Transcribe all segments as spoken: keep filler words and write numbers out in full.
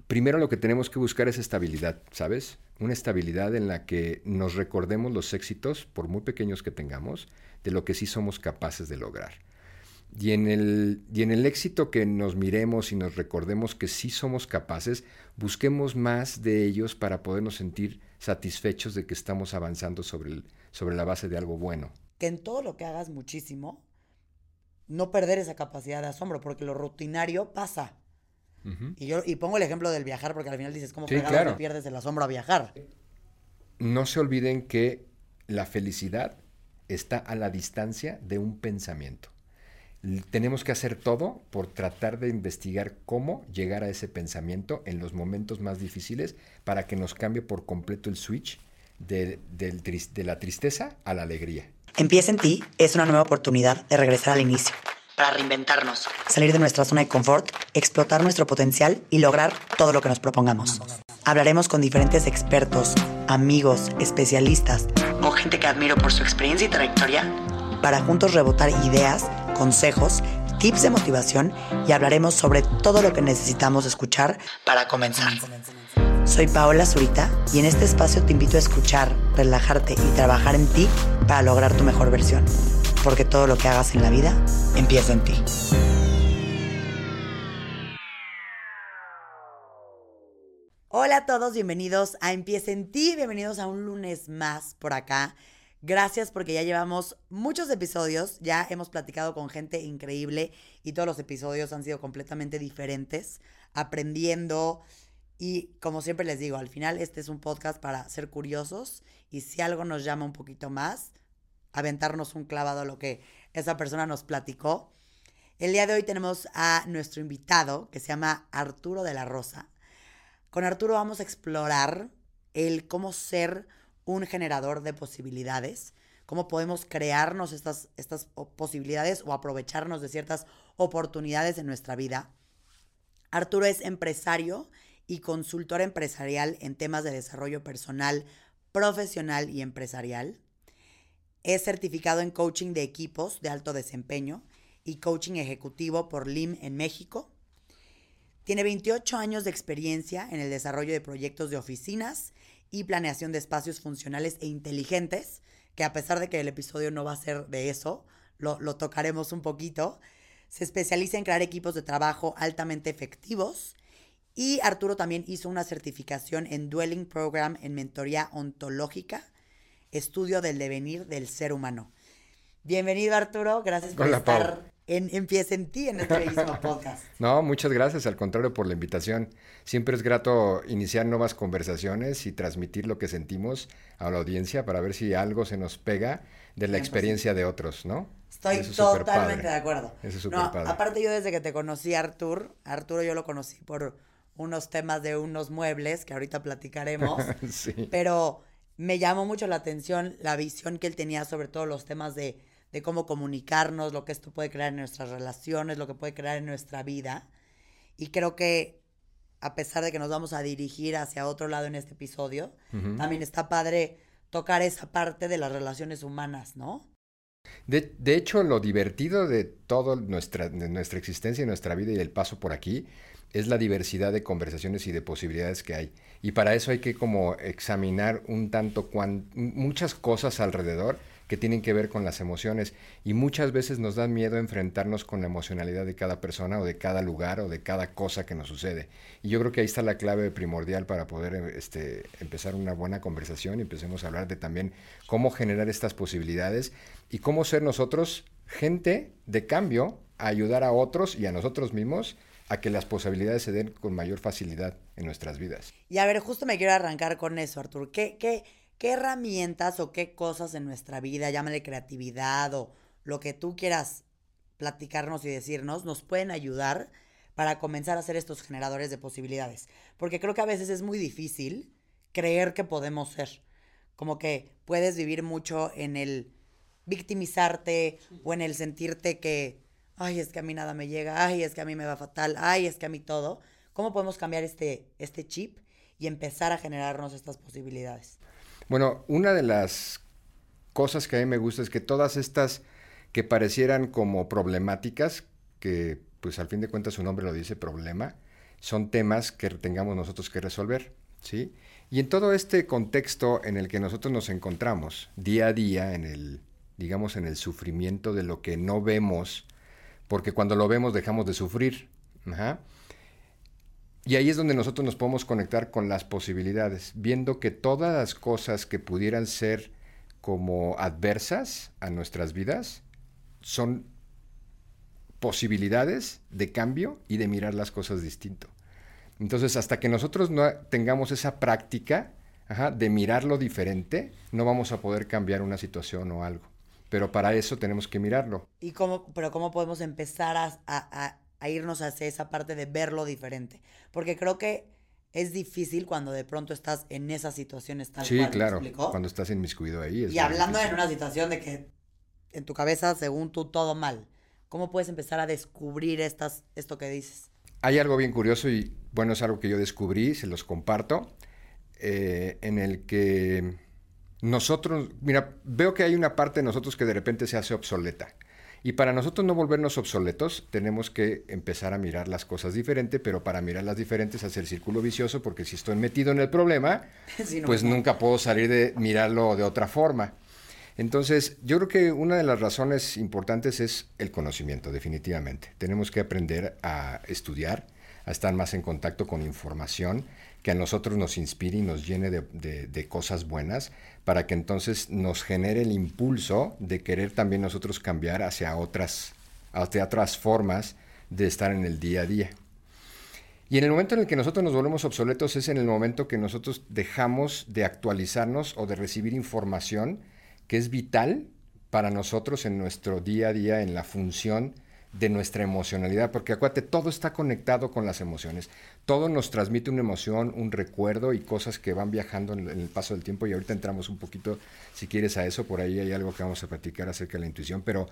primero lo que tenemos que buscar es estabilidad, ¿sabes? Una estabilidad en la que nos recordemos los éxitos, por muy pequeños que tengamos, de lo que sí somos capaces de lograr. Y en el, y en el éxito que nos miremos y nos recordemos que sí somos capaces, busquemos más de ellos para podernos sentir satisfechos de que estamos avanzando sobre, el, sobre la base de algo bueno. Que en todo lo que hagas muchísimo, no perder esa capacidad de asombro, porque lo rutinario pasa. Uh-huh. Y yo y pongo el ejemplo del viajar, porque al final dices, ¿cómo sí, claro. te pierdes el asombro a viajar? No se olviden que la felicidad está a la distancia de un pensamiento. Tenemos que hacer todo por tratar de investigar cómo llegar a ese pensamiento en los momentos más difíciles para que nos cambie por completo el switch de, de, de la tristeza a la alegría. Empieza en ti es una nueva oportunidad de regresar al inicio, para reinventarnos, salir de nuestra zona de confort, explotar nuestro potencial y lograr todo lo que nos propongamos. Hablaremos con diferentes expertos, amigos, especialistas o gente que admiro por su experiencia y trayectoria para juntos rebotar ideas, consejos, tips de motivación y hablaremos sobre todo lo que necesitamos escuchar para comenzar. Soy Paola Zurita y en este espacio te invito a escuchar, relajarte y trabajar en ti para lograr tu mejor versión. Porque todo lo que hagas en la vida empieza en ti. Hola a todos, bienvenidos a Empieza en ti, bienvenidos a un lunes más por acá. Gracias porque ya llevamos muchos episodios, ya hemos platicado con gente increíble y todos los episodios han sido completamente diferentes, aprendiendo y como siempre les digo, al final este es un podcast para ser curiosos y si algo nos llama un poquito más, aventarnos un clavado a lo que esa persona nos platicó. El día de hoy tenemos a nuestro invitado que se llama Arturo de la Rosa. Con Arturo vamos a explorar el cómo ser un generador de posibilidades, cómo podemos crearnos estas, estas posibilidades o aprovecharnos de ciertas oportunidades en nuestra vida. Arturo es empresario y consultor empresarial en temas de desarrollo personal, profesional y empresarial. Es certificado en coaching de equipos de alto desempeño y coaching ejecutivo por L I M en México. Tiene veintiocho años de experiencia en el desarrollo de proyectos de oficinas y planeación de espacios funcionales e inteligentes, que a pesar de que el episodio no va a ser de eso, lo, lo tocaremos un poquito. Se especializa en crear equipos de trabajo altamente efectivos. Y Arturo también hizo una certificación en Dwelling Program en mentoría ontológica, estudio del devenir del ser humano. Bienvenido, Arturo. Gracias por Hola, estar Pau. en Empieza en ti, en este mismo podcast. No, muchas gracias. Al contrario, por la invitación. Siempre es grato iniciar nuevas conversaciones y transmitir lo que sentimos a la audiencia para ver si algo se nos pega de la experiencia de otros, ¿no? Estoy totalmente de acuerdo. Eso es súper no, padre. Aparte yo desde que te conocí, Artur, Arturo yo lo conocí por unos temas de unos muebles que ahorita platicaremos. Sí. Pero me llamó mucho la atención la visión que él tenía sobre todos los temas de, de cómo comunicarnos, lo que esto puede crear en nuestras relaciones, lo que puede crear en nuestra vida. Y creo que a pesar de que nos vamos a dirigir hacia otro lado en este episodio, uh-huh. también está padre tocar esa parte de las relaciones humanas, ¿no? De, de hecho, lo divertido de toda nuestra, de nuestra existencia y nuestra vida y el paso por aquí es la diversidad de conversaciones y de posibilidades que hay. Y para eso hay que como examinar un tanto cuan, muchas cosas alrededor que tienen que ver con las emociones. Y muchas veces nos da miedo enfrentarnos con la emocionalidad de cada persona o de cada lugar o de cada cosa que nos sucede. Y yo creo que ahí está la clave primordial para poder este, empezar una buena conversación y empecemos a hablar de también cómo generar estas posibilidades y cómo ser nosotros gente de cambio a ayudar a otros y a nosotros mismos a que las posibilidades se den con mayor facilidad en nuestras vidas. Y a ver, justo me quiero arrancar con eso, Arturo. ¿Qué, qué, qué herramientas o qué cosas en nuestra vida, llámale creatividad o lo que tú quieras platicarnos y decirnos, nos pueden ayudar para comenzar a ser estos generadores de posibilidades? Porque creo que a veces es muy difícil creer que podemos ser. Como que puedes vivir mucho en el victimizarte o en el sentirte que ay, es que a mí nada me llega, ay, es que a mí me va fatal, ay, es que a mí todo. ¿Cómo podemos cambiar este, este chip y empezar a generarnos estas posibilidades? Bueno, una de las cosas que a mí me gusta es que todas estas que parecieran como problemáticas, que pues al fin de cuentas su nombre lo dice, problema, son temas que tengamos nosotros que resolver, ¿sí? Y en todo este contexto en el que nosotros nos encontramos día a día, en el, digamos, en el sufrimiento de lo que no vemos, porque cuando lo vemos dejamos de sufrir. Ajá. Y ahí es donde nosotros nos podemos conectar con las posibilidades, viendo que todas las cosas que pudieran ser como adversas a nuestras vidas son posibilidades de cambio y de mirar las cosas distinto. Entonces, hasta que nosotros no tengamos esa práctica, ajá, de mirarlo diferente, no vamos a poder cambiar una situación o algo. Pero para eso tenemos que mirarlo. ¿Y cómo, pero cómo podemos empezar a, a, a irnos hacia esa parte de verlo diferente? Porque creo que es difícil cuando de pronto estás en esas situaciones tal Sí, cual, claro. ¿me explicó? Cuando estás inmiscuido ahí. Es Y hablando difícil. en una situación de que en tu cabeza, según tú, todo mal. ¿Cómo puedes empezar a descubrir estas, esto que dices? Hay algo bien curioso y bueno, es algo que yo descubrí, se los comparto, eh, en el que nosotros, mira, veo que hay una parte de nosotros que de repente se hace obsoleta. Y para nosotros no volvernos obsoletos, tenemos que empezar a mirar las cosas diferente, pero para mirarlas diferentes hacer el círculo vicioso, porque si estoy metido en el problema, Sí, no, pues no. nunca puedo salir de mirarlo de otra forma. Entonces, yo creo que una de las razones importantes es el conocimiento, definitivamente. Tenemos que aprender a estudiar, a estar más en contacto con información que a nosotros nos inspire y nos llene de, de, de cosas buenas, para que entonces nos genere el impulso de querer también nosotros cambiar hacia otras, hacia otras formas de estar en el día a día. Y en el momento en el que nosotros nos volvemos obsoletos es en el momento que nosotros dejamos de actualizarnos o de recibir información que es vital para nosotros en nuestro día a día, en la función de nuestra emocionalidad, porque acuérdate, todo está conectado con las emociones, todo nos transmite una emoción, un recuerdo y cosas que van viajando en el paso del tiempo, y ahorita entramos un poquito, si quieres, a eso, por ahí hay algo que vamos a platicar acerca de la intuición, pero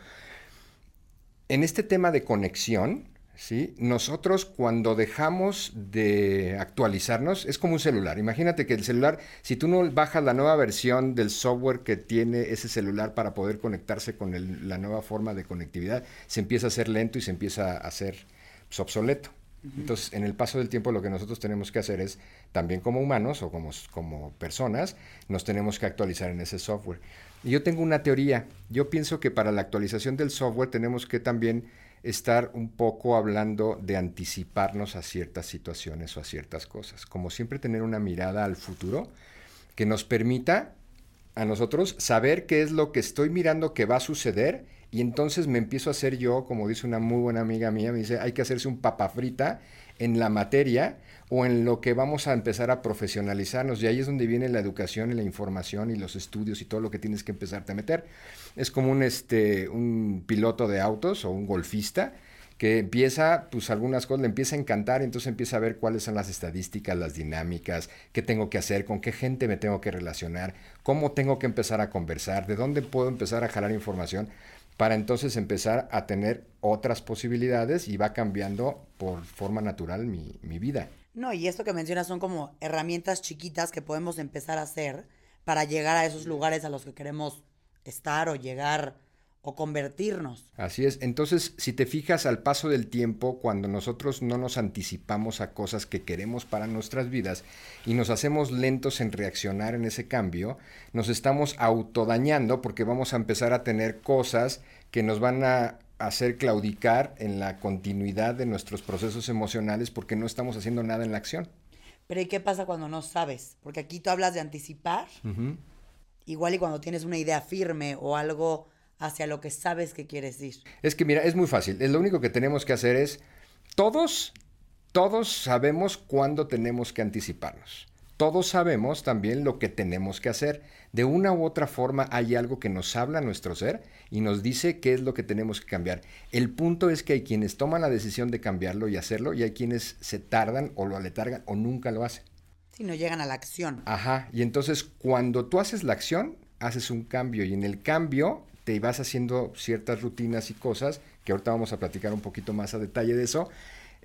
en este tema de conexión, ¿sí? Nosotros cuando dejamos de actualizarnos, es como un celular. Imagínate que el celular, si tú no bajas la nueva versión del software que tiene ese celular para poder conectarse con el, la nueva forma de conectividad, se empieza a hacer lento y se empieza a hacer pues, obsoleto. Uh-huh. Entonces, en el paso del tiempo, lo que nosotros tenemos que hacer es, también como humanos o como, como personas, nos tenemos que actualizar en ese software. Y yo tengo una teoría. Yo pienso que para la actualización del software tenemos que también estar un poco hablando de anticiparnos a ciertas situaciones o a ciertas cosas. Como siempre tener una mirada al futuro que nos permita a nosotros saber qué es lo que estoy mirando que va a suceder, y entonces me empiezo a hacer yo, como dice una muy buena amiga mía, me dice, hay que hacerse un papa frita en la materia o en lo que vamos a empezar a profesionalizarnos, y ahí es donde viene la educación y la información y los estudios y todo lo que tienes que empezarte a meter. Es como un, este, un piloto de autos o un golfista que empieza, pues algunas cosas le empieza a encantar, y entonces empieza a ver cuáles son las estadísticas, las dinámicas, qué tengo que hacer, con qué gente me tengo que relacionar, cómo tengo que empezar a conversar, de dónde puedo empezar a jalar información, para entonces empezar a tener otras posibilidades, y va cambiando por forma natural mi, mi vida. No, y esto que mencionas son como herramientas chiquitas que podemos empezar a hacer para llegar a esos lugares a los que queremos estar o llegar o convertirnos. Así es. Entonces, si te fijas al paso del tiempo, cuando nosotros no nos anticipamos a cosas que queremos para nuestras vidas y nos hacemos lentos en reaccionar en ese cambio, nos estamos autodañando, porque vamos a empezar a tener cosas que nos van a hacer claudicar en la continuidad de nuestros procesos emocionales, porque no estamos haciendo nada en la acción. Pero ¿y qué pasa cuando no sabes? Porque aquí tú hablas de anticipar, uh-huh. Igual y cuando tienes una idea firme o algo hacia lo que sabes que quieres ir. Es que mira, es muy fácil. Lo único que tenemos que hacer es, todos, todos sabemos cuándo tenemos que anticiparnos. Todos sabemos también lo que tenemos que hacer. De una u otra forma hay algo que nos habla a nuestro ser y nos dice qué es lo que tenemos que cambiar. El punto es que hay quienes toman la decisión de cambiarlo y hacerlo, y hay quienes se tardan o lo aletargan o nunca lo hacen. Sí, no llegan a la acción. Ajá, y entonces cuando tú haces la acción, haces un cambio, y en el cambio te vas haciendo ciertas rutinas y cosas, que ahorita vamos a platicar un poquito más a detalle de eso,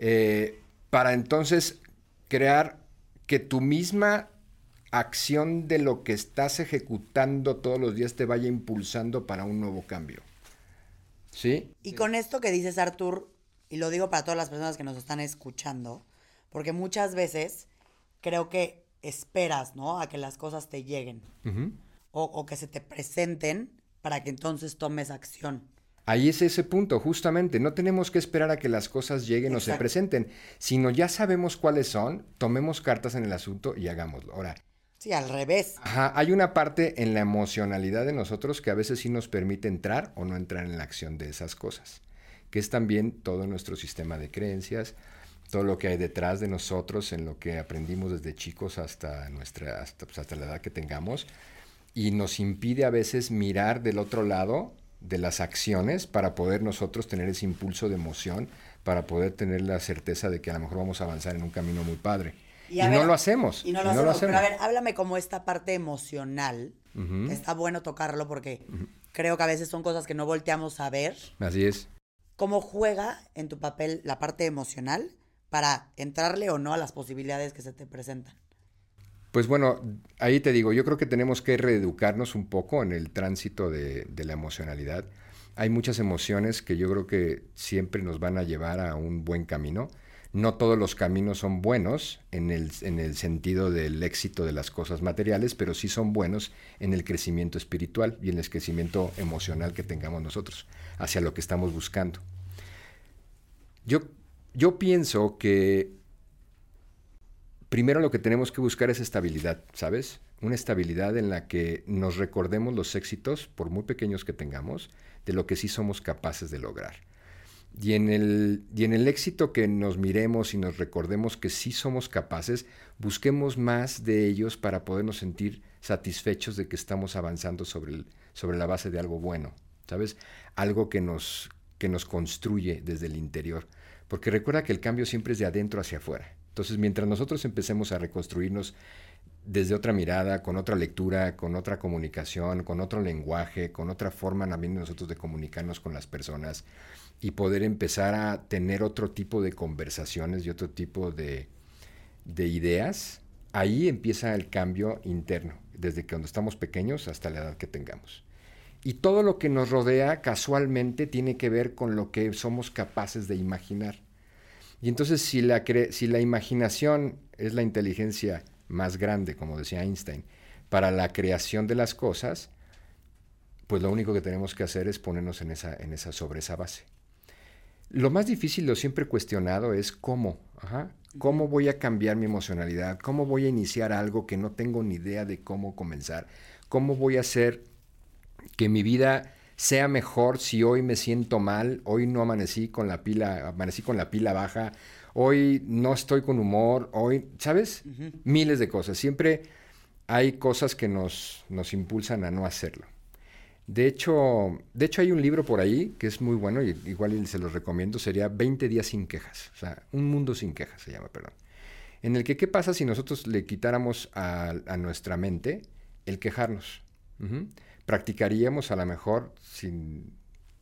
eh, para entonces crear que tu misma acción de lo que estás ejecutando todos los días te vaya impulsando para un nuevo cambio. ¿Sí? Y con esto que dices, Artur, y lo digo para todas las personas que nos están escuchando, Porque muchas veces creo que esperas, ¿no? A que las cosas te lleguen. Uh-huh. o, o que se te presenten para que entonces tomes acción. Ahí es ese punto, justamente. No tenemos que esperar a que las cosas lleguen Exacto. o se presenten, sino ya sabemos cuáles son, tomemos cartas en el asunto y hagámoslo. Ahora, sí, al revés. Ajá, hay una parte en la emocionalidad de nosotros que a veces sí nos permite entrar o no entrar en la acción de esas cosas, que es también todo nuestro sistema de creencias, todo lo que hay detrás de nosotros, en lo que aprendimos desde chicos hasta, nuestra, hasta, pues hasta la edad que tengamos, y nos impide a veces mirar del otro lado de las acciones para poder nosotros tener ese impulso de emoción, para poder tener la certeza de que a lo mejor vamos a avanzar en un camino muy padre. Y, y ver, no lo hacemos. Y no lo, y hacemos, no lo hacemos. Pero a ver, háblame como esta parte emocional. Uh-huh. Está bueno tocarlo porque uh-huh. creo que a veces son cosas que no volteamos a ver. Así es. ¿Cómo juega en tu papel la parte emocional para entrarle o no a las posibilidades que se te presentan? Pues bueno, ahí te digo, yo creo que tenemos que reeducarnos un poco en el tránsito de, de la emocionalidad. Hay muchas emociones que yo creo que siempre nos van a llevar a un buen camino. No todos los caminos son buenos en el, en el sentido del éxito de las cosas materiales, pero sí son buenos en el crecimiento espiritual y en el crecimiento emocional que tengamos nosotros hacia lo que estamos buscando. Yo, yo pienso que primero lo que tenemos que buscar es estabilidad, ¿sabes? Una estabilidad en la que nos recordemos los éxitos, por muy pequeños que tengamos, de lo que sí somos capaces de lograr. Y en el, y en el éxito que nos miremos y nos recordemos que sí somos capaces, busquemos más de ellos para podernos sentir satisfechos de que estamos avanzando sobre, el, sobre la base de algo bueno, ¿sabes? Algo que nos, que nos construye desde el interior. Porque recuerda que el cambio siempre es de adentro hacia afuera. Entonces, mientras nosotros empecemos a reconstruirnos desde otra mirada, con otra lectura, con otra comunicación, con otro lenguaje, con otra forma también de nosotros de comunicarnos con las personas y poder empezar a tener otro tipo de conversaciones y otro tipo de, de ideas, ahí empieza el cambio interno, desde que cuando estamos pequeños hasta la edad que tengamos. Y todo lo que nos rodea casualmente tiene que ver con lo que somos capaces de imaginar. Y entonces si la, cre- si la imaginación es la inteligencia más grande, como decía Einstein, para la creación de las cosas, pues lo único que tenemos que hacer es ponernos en esa, en esa, sobre esa base. Lo más difícil, lo siempre cuestionado, es cómo. Ajá. ¿Cómo voy a cambiar mi emocionalidad? ¿Cómo voy a iniciar algo que no tengo ni idea de cómo comenzar? ¿Cómo voy a hacer que mi vida sea mejor si hoy me siento mal, hoy no amanecí con la pila, amanecí con la pila baja, hoy no estoy con humor, hoy, ¿sabes? Uh-huh. Miles de cosas. Siempre hay cosas que nos, nos impulsan a no hacerlo. De hecho, de hecho, hay un libro por ahí que es muy bueno, y igual se los recomiendo, sería veinte días sin quejas. O sea, Un mundo sin quejas se llama, perdón. En el que, ¿qué pasa si nosotros le quitáramos a, a nuestra mente el quejarnos? Uh-huh. Practicaríamos a lo mejor, sin,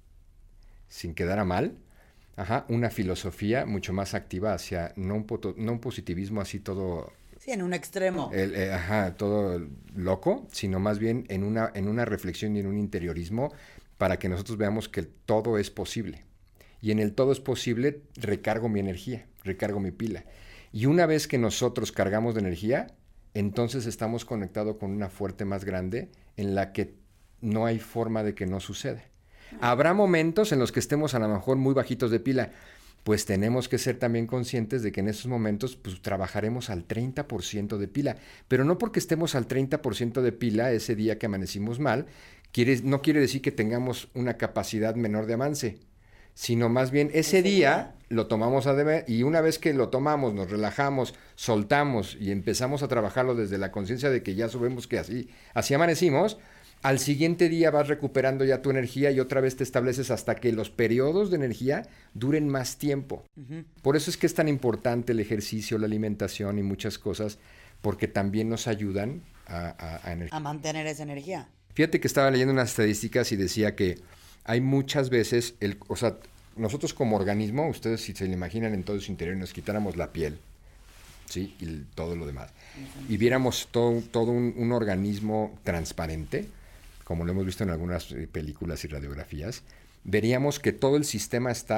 sin quedar a mal, ajá, una filosofía mucho más activa hacia no un, poto, no un positivismo así todo... Sí, en un extremo. El, eh, ajá, todo loco, sino más bien en una, en una reflexión y en un interiorismo para que nosotros veamos que el todo es posible. Y en el todo es posible recargo mi energía, recargo mi pila. Y una vez que nosotros cargamos de energía, entonces estamos conectados con una fuente más grande en la que no hay forma de que no suceda. Habrá momentos en los que estemos a lo mejor muy bajitos de pila, pues tenemos que ser también conscientes de que en esos momentos pues, trabajaremos al treinta por ciento de pila, pero no porque estemos al treinta por ciento de pila ese día que amanecimos mal, quiere, no quiere decir que tengamos una capacidad menor de avance, sino más bien ese día lo tomamos a deber y una vez que lo tomamos, nos relajamos, soltamos y empezamos a trabajarlo desde la conciencia de que ya sabemos que así, así amanecimos, al siguiente día vas recuperando ya tu energía y otra vez te estableces hasta que los periodos de energía duren más tiempo. Uh-huh. Por eso es que es tan importante el ejercicio, la alimentación y muchas cosas, porque también nos ayudan a, a, a, ener- a mantener esa energía. Fíjate que estaba leyendo unas estadísticas y decía que hay muchas veces, el, o sea, nosotros como organismo, ustedes si se lo imaginan en todo su interior, nos quitáramos la piel, ¿sí? Y el, todo lo demás, uh-huh. y viéramos todo, todo un, un organismo transparente, como lo hemos visto en algunas películas y radiografías, veríamos que todo el sistema está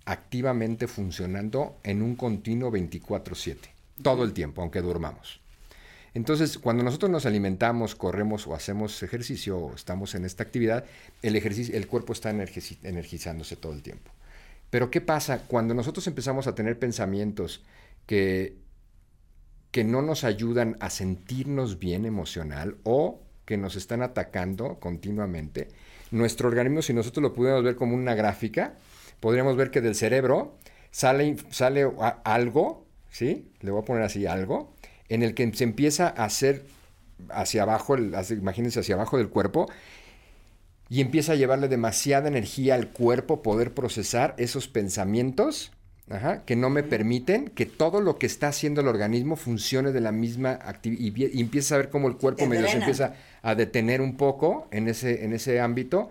activamente funcionando en un continuo veinticuatro siete, todo el tiempo, aunque durmamos. Entonces, cuando nosotros nos alimentamos, corremos o hacemos ejercicio o estamos en esta actividad, el, ejercicio, el cuerpo está energiz- energizándose todo el tiempo. Pero ¿qué pasa? Cuando nosotros empezamos a tener pensamientos que, que no nos ayudan a sentirnos bien emocional o que nos están atacando continuamente, nuestro organismo, si nosotros lo pudiéramos ver como una gráfica, podríamos ver que del cerebro sale, sale a, algo, ¿sí? Le voy a poner así, algo, en el que se empieza a hacer hacia abajo, el, imagínense hacia abajo del cuerpo, y empieza a llevarle demasiada energía al cuerpo poder procesar esos pensamientos, ajá, que no me permiten que todo lo que está haciendo el organismo funcione de la misma actividad, y, y empieza a ver cómo el cuerpo medio se empieza a detener un poco en ese, en ese ámbito,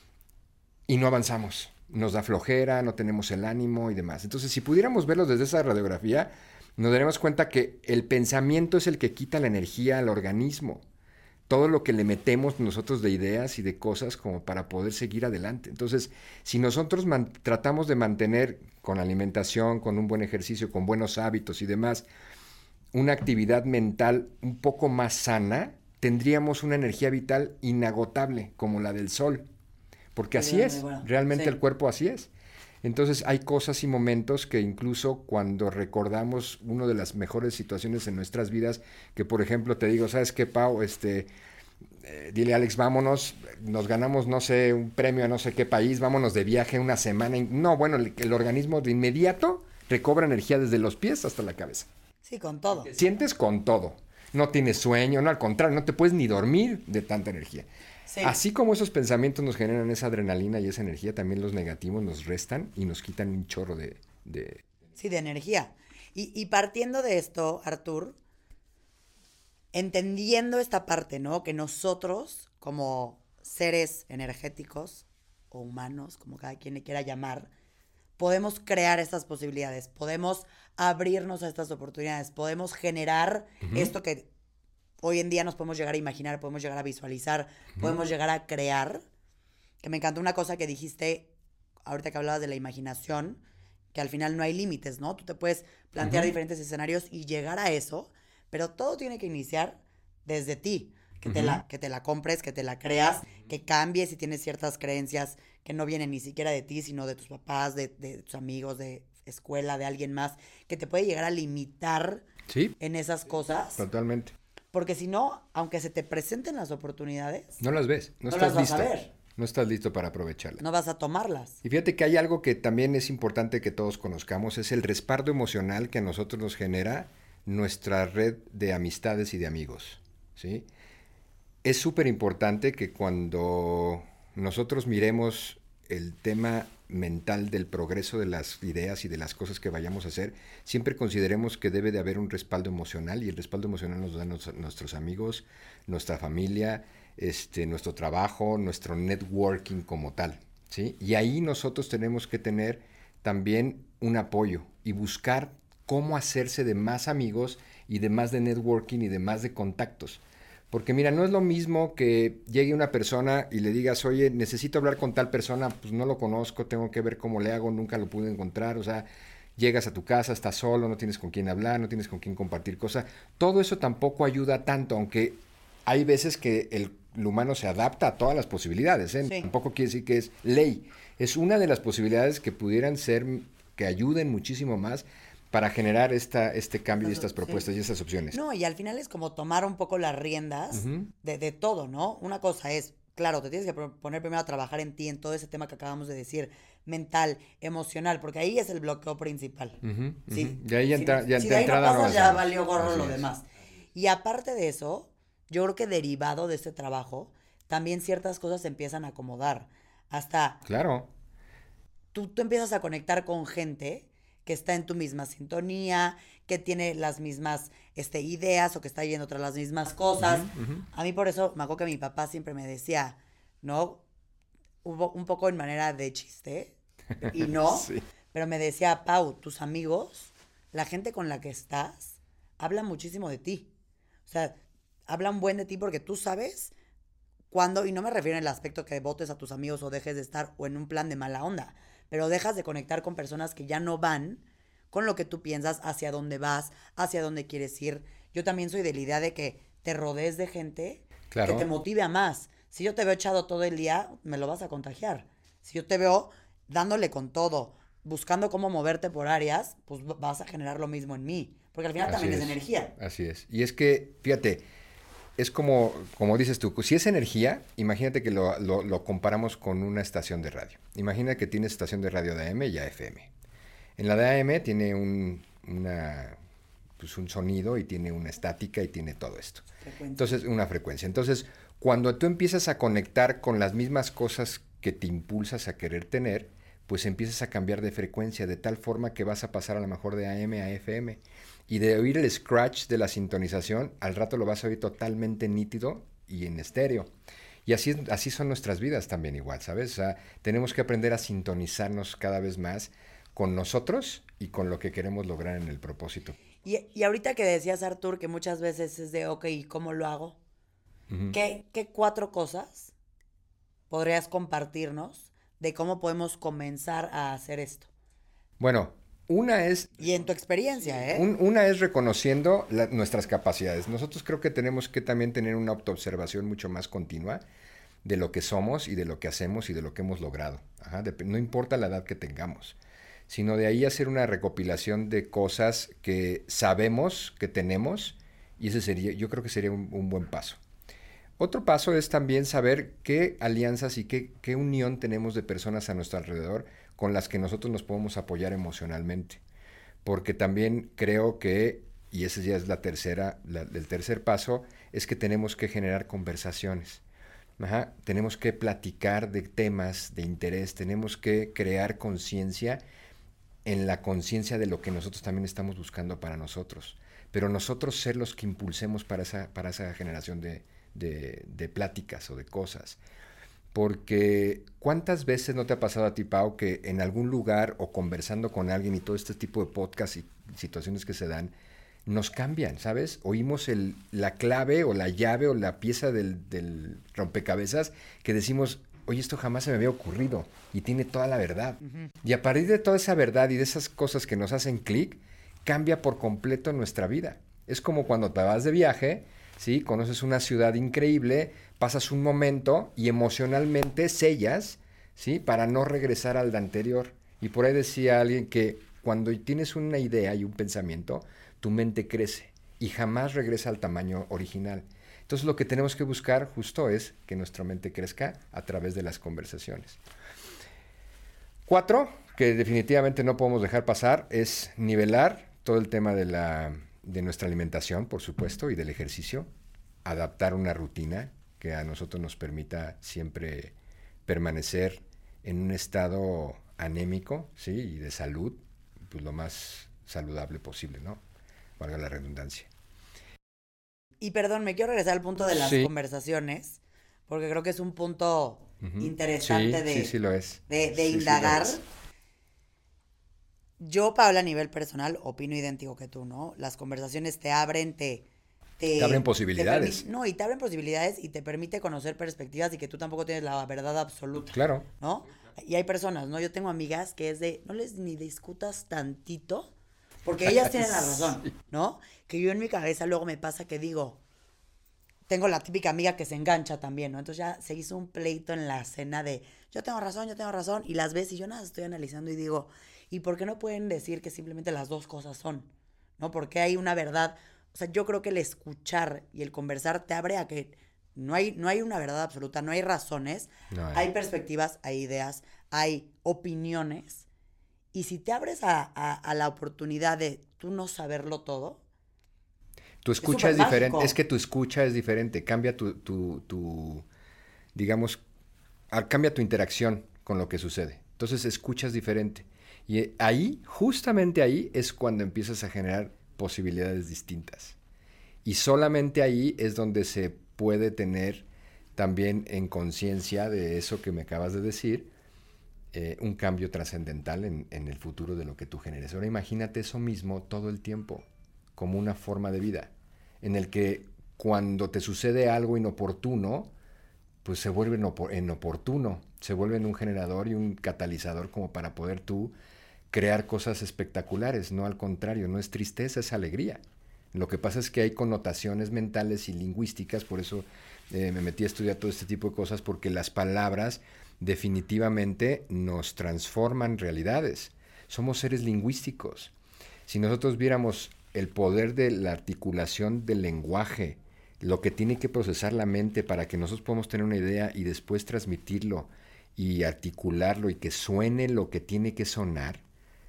y no avanzamos. Nos da flojera, no tenemos el ánimo y demás. Entonces, si pudiéramos verlo desde esa radiografía, nos daremos cuenta que el pensamiento es el que quita la energía al organismo. Todo lo que le metemos nosotros de ideas y de cosas como para poder seguir adelante. Entonces, si nosotros man- tratamos de mantener con alimentación, con un buen ejercicio, con buenos hábitos y demás, una actividad mental un poco más sana, tendríamos una energía vital inagotable, como la del sol. Porque así Muy es, bueno. realmente Sí. el cuerpo así es. Entonces hay cosas y momentos que incluso cuando recordamos una de las mejores situaciones en nuestras vidas, que por ejemplo te digo, ¿sabes qué, Pau? Este, eh, dile Alex, vámonos, nos ganamos, no sé, un premio a no sé qué país, vámonos de viaje una semana. No, bueno, el, el organismo de inmediato recobra energía desde los pies hasta la cabeza. Sí, con todo. Te sientes con todo. No tienes sueño, no, al contrario, no te puedes ni dormir de tanta energía. Sí. Así como esos pensamientos nos generan esa adrenalina y esa energía, también los negativos nos restan y nos quitan un chorro de... de... Sí, de energía. Y, y partiendo de esto, Artur, entendiendo esta parte, ¿no? Que nosotros, como seres energéticos o humanos, como cada quien le quiera llamar, podemos crear estas posibilidades, podemos abrirnos a estas oportunidades, podemos generar uh-huh. esto que hoy en día nos podemos llegar a imaginar, podemos llegar a visualizar, uh-huh. podemos llegar a crear. Que me encantó una cosa que dijiste ahorita que hablabas de la imaginación, que al final no hay límites, ¿no? Tú te puedes plantear uh-huh. diferentes escenarios y llegar a eso, pero todo tiene que iniciar desde ti. Que, uh-huh. te la, que te la compres, que te la creas, que cambies si tienes ciertas creencias que no vienen ni siquiera de ti, sino de tus papás, de, de tus amigos, de escuela, de alguien más, que te puede llegar a limitar ¿Sí? en esas cosas. Totalmente. Porque si no, aunque se te presenten las oportunidades... No las ves, no, no estás las vas listo. A ver. No estás listo para aprovecharlas. No vas a tomarlas. Y fíjate que hay algo que también es importante que todos conozcamos, es el respaldo emocional que a nosotros nos genera nuestra red de amistades y de amigos, ¿sí? Es súper importante que cuando nosotros miremos el tema mental del progreso de las ideas y de las cosas que vayamos a hacer, siempre consideremos que debe de haber un respaldo emocional, y el respaldo emocional nos dan nos, nuestros amigos, nuestra familia, este, nuestro trabajo, nuestro networking como tal, ¿sí? Y ahí nosotros tenemos que tener también un apoyo y buscar cómo hacerse de más amigos y de más de networking y de más de contactos. Porque mira, no es lo mismo que llegue una persona y le digas, oye, necesito hablar con tal persona, pues no lo conozco, tengo que ver cómo le hago, nunca lo pude encontrar, o sea, llegas a tu casa, estás solo, no tienes con quién hablar, no tienes con quién compartir cosas. Todo eso tampoco ayuda tanto, aunque hay veces que el, el humano se adapta a todas las posibilidades, ¿eh? Sí. Tampoco quiere decir que es ley. Es una de las posibilidades que pudieran ser, que ayuden muchísimo más para generar esta, este cambio y estas propuestas sí. y estas opciones. No, y al final es como tomar un poco las riendas uh-huh. de, de todo, ¿no? Una cosa es, claro, te tienes que poner primero a trabajar en ti, en todo ese tema que acabamos de decir, mental, emocional, porque ahí es el bloqueo principal. Uh-huh, ¿sí? Uh-huh. De ahí entra, si, ya si de de ahí entrada no pasas, no ya valió gorro lo es. demás. Y aparte de eso, yo creo que derivado de este trabajo, también ciertas cosas se empiezan a acomodar. Hasta... Claro. Tú, tú empiezas a conectar con gente que está en tu misma sintonía, que tiene las mismas este, ideas o que está yendo tras las mismas cosas. Uh-huh, uh-huh. A mí por eso me acuerdo que mi papá siempre me decía, ¿no? Hubo un poco en manera de chiste, y no, sí. pero me decía, Pau, tus amigos, la gente con la que estás, habla muchísimo de ti. O sea, hablan buen de ti porque tú sabes cuándo, y no me refiero en el aspecto que votes a tus amigos o dejes de estar o en un plan de mala onda, pero dejas de conectar con personas que ya no van con lo que tú piensas, hacia dónde vas, hacia dónde quieres ir. Yo también soy de la idea de que te rodees de gente que te Claro, motive a más. Si yo te veo echado todo el día, me lo vas a contagiar. Si yo te veo dándole con todo, buscando cómo moverte por áreas, pues vas a generar lo mismo en mí. Porque al final así también es es, energía. así es. Y es que, fíjate, es como, como dices tú, si es energía, imagínate que lo, lo, lo comparamos con una estación de radio. Imagina que tienes estación de radio de A M y A F M. En la de A M tiene un, una, pues un sonido y tiene una estática y tiene todo esto. Frecuencia. Entonces, una frecuencia. Entonces, cuando tú empiezas a conectar con las mismas cosas que te impulsas a querer tener, pues empiezas a cambiar de frecuencia de tal forma que vas a pasar a lo mejor de A M a F M. Y de oír el scratch de la sintonización, al rato lo vas a oír totalmente nítido y en estéreo. Y así, así son nuestras vidas también igual, ¿sabes? O sea, tenemos que aprender a sintonizarnos cada vez más con nosotros y con lo que queremos lograr en el propósito. Y, y ahorita que decías, Artur, que muchas veces es de, ok, ¿y cómo lo hago? Ujú. ¿Qué, qué cuatro cosas podrías compartirnos de cómo podemos comenzar a hacer esto? Bueno, una es, Y en tu experiencia, ¿eh? un- una es reconociendo la- nuestras capacidades. Nosotros creo que tenemos que también tener una autoobservación mucho más continua de lo que somos y de lo que hacemos y de lo que hemos logrado. Ajá, dep- no importa la edad que tengamos, sino de ahí hacer una recopilación de cosas que sabemos que tenemos y ese sería, yo creo que sería un, un buen paso. Otro paso es también saber qué alianzas y qué, qué unión tenemos de personas a nuestro alrededor con las que nosotros nos podemos apoyar emocionalmente. Porque también creo que, y ese ya es la tercera, la- el tercer paso, es que tenemos que generar conversaciones. Ajá, tenemos que platicar de temas de interés, tenemos que crear conciencia en la conciencia de lo que nosotros también estamos buscando para nosotros. Pero nosotros ser los que impulsemos para esa, para esa generación de, de, de pláticas o de cosas. Porque ¿cuántas veces no te ha pasado a ti, Pau, que en algún lugar o conversando con alguien y todo este tipo de podcasts y situaciones que se dan, nos cambian, ¿sabes? Oímos el, la clave o la llave o la pieza del, del rompecabezas que decimos, oye, esto jamás se me había ocurrido y tiene toda la verdad. Ujú. Y a partir de toda esa verdad y de esas cosas que nos hacen clic, cambia por completo nuestra vida. Es como cuando te vas de viaje, ¿sí? Conoces una ciudad increíble, pasas un momento y emocionalmente sellas, ¿sí? Para no regresar al de anterior. Y por ahí decía alguien que cuando tienes una idea y un pensamiento, tu mente crece y jamás regresa al tamaño original. Entonces lo que tenemos que buscar justo es que nuestra mente crezca a través de las conversaciones. Cuatro, que definitivamente no podemos dejar pasar, es nivelar todo el tema de, la, de nuestra alimentación, por supuesto, y del ejercicio. Adaptar una rutina que a nosotros nos permita siempre permanecer en un estado anémico, ¿sí? Y de salud, pues lo más saludable posible, ¿no? Valga la redundancia. Y perdón, me quiero regresar al punto de las Sí. conversaciones, porque creo que es un punto Ujú. interesante Sí, sí, de, sí lo es. de, de Sí, sí lo indagar. es. Yo, Paola, a nivel personal, opino idéntico que tú, ¿no? Las conversaciones te abren, te... Te abren Te, te posibilidades. permi- no, y te abren posibilidades y te permite conocer perspectivas y que tú tampoco tienes la verdad absoluta, Claro. ¿no? Y hay personas, ¿no? Yo tengo amigas que es de, no les ni discutas tantito, porque ellas tienen la razón, Sí. ¿no? Que yo en mi cabeza luego me pasa que digo, tengo la típica amiga que se engancha también, ¿no? Entonces ya se hizo un pleito en la cena de, yo tengo razón, yo tengo razón, y las ves y yo nada, estoy analizando y digo, ¿y por qué no pueden decir que simplemente las dos cosas son? ¿No? Porque hay una verdad. O sea, yo creo que el escuchar y el conversar te abre a que no hay, no hay una verdad absoluta, no hay razones, No hay. hay perspectivas, hay ideas, hay opiniones. Y si te abres a, a, a la oportunidad de tú no saberlo todo, Tu es escucha súper es diferente, es mágico. que tu escucha es diferente, cambia tu, tu, tu digamos, ah, cambia tu interacción con lo que sucede. Entonces escuchas diferente. Y eh, ahí, justamente ahí, es cuando empiezas a generar posibilidades distintas. Y solamente ahí es donde se puede tener también en conciencia de eso que me acabas de decir, eh, un cambio trascendental en, en el futuro de lo que tú generes. Ahora imagínate eso mismo todo el tiempo, como una forma de vida, en el que cuando te sucede algo inoportuno, pues se vuelve inopo- inoportuno, se vuelven un generador y un catalizador como para poder tú crear cosas espectaculares. No, al contrario, no es tristeza, es alegría. Lo que pasa es que hay connotaciones mentales y lingüísticas, por eso eh, me metí a estudiar todo este tipo de cosas, porque las palabras definitivamente nos transforman realidades. Somos seres lingüísticos. Si nosotros viéramos el poder de la articulación del lenguaje, lo que tiene que procesar la mente para que nosotros podamos tener una idea y después transmitirlo y articularlo y que suene lo que tiene que sonar,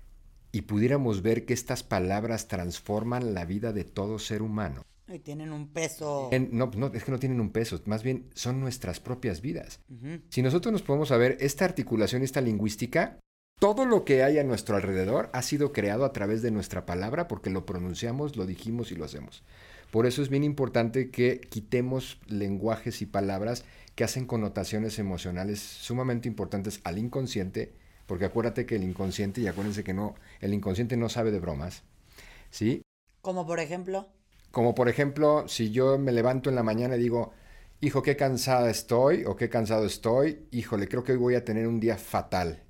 y pudiéramos ver que estas palabras transforman la vida de todo ser humano. Y tienen un peso. En- no, no, es que no tienen un peso, más bien son nuestras propias vidas. Ujú. Si nosotros nos podemos saber esta articulación, esta lingüística, todo lo que hay a nuestro alrededor ha sido creado a través de nuestra palabra porque lo pronunciamos, lo dijimos y lo hacemos. Por eso es bien importante que quitemos lenguajes y palabras que hacen connotaciones emocionales sumamente importantes al inconsciente, porque acuérdate que el inconsciente, y acuérdense que no, el inconsciente no sabe de bromas, ¿sí? Como por ejemplo. Como por ejemplo, si yo me levanto en la mañana y digo, hijo, qué cansada estoy o qué cansado estoy, híjole, creo que hoy voy a tener un día fatal.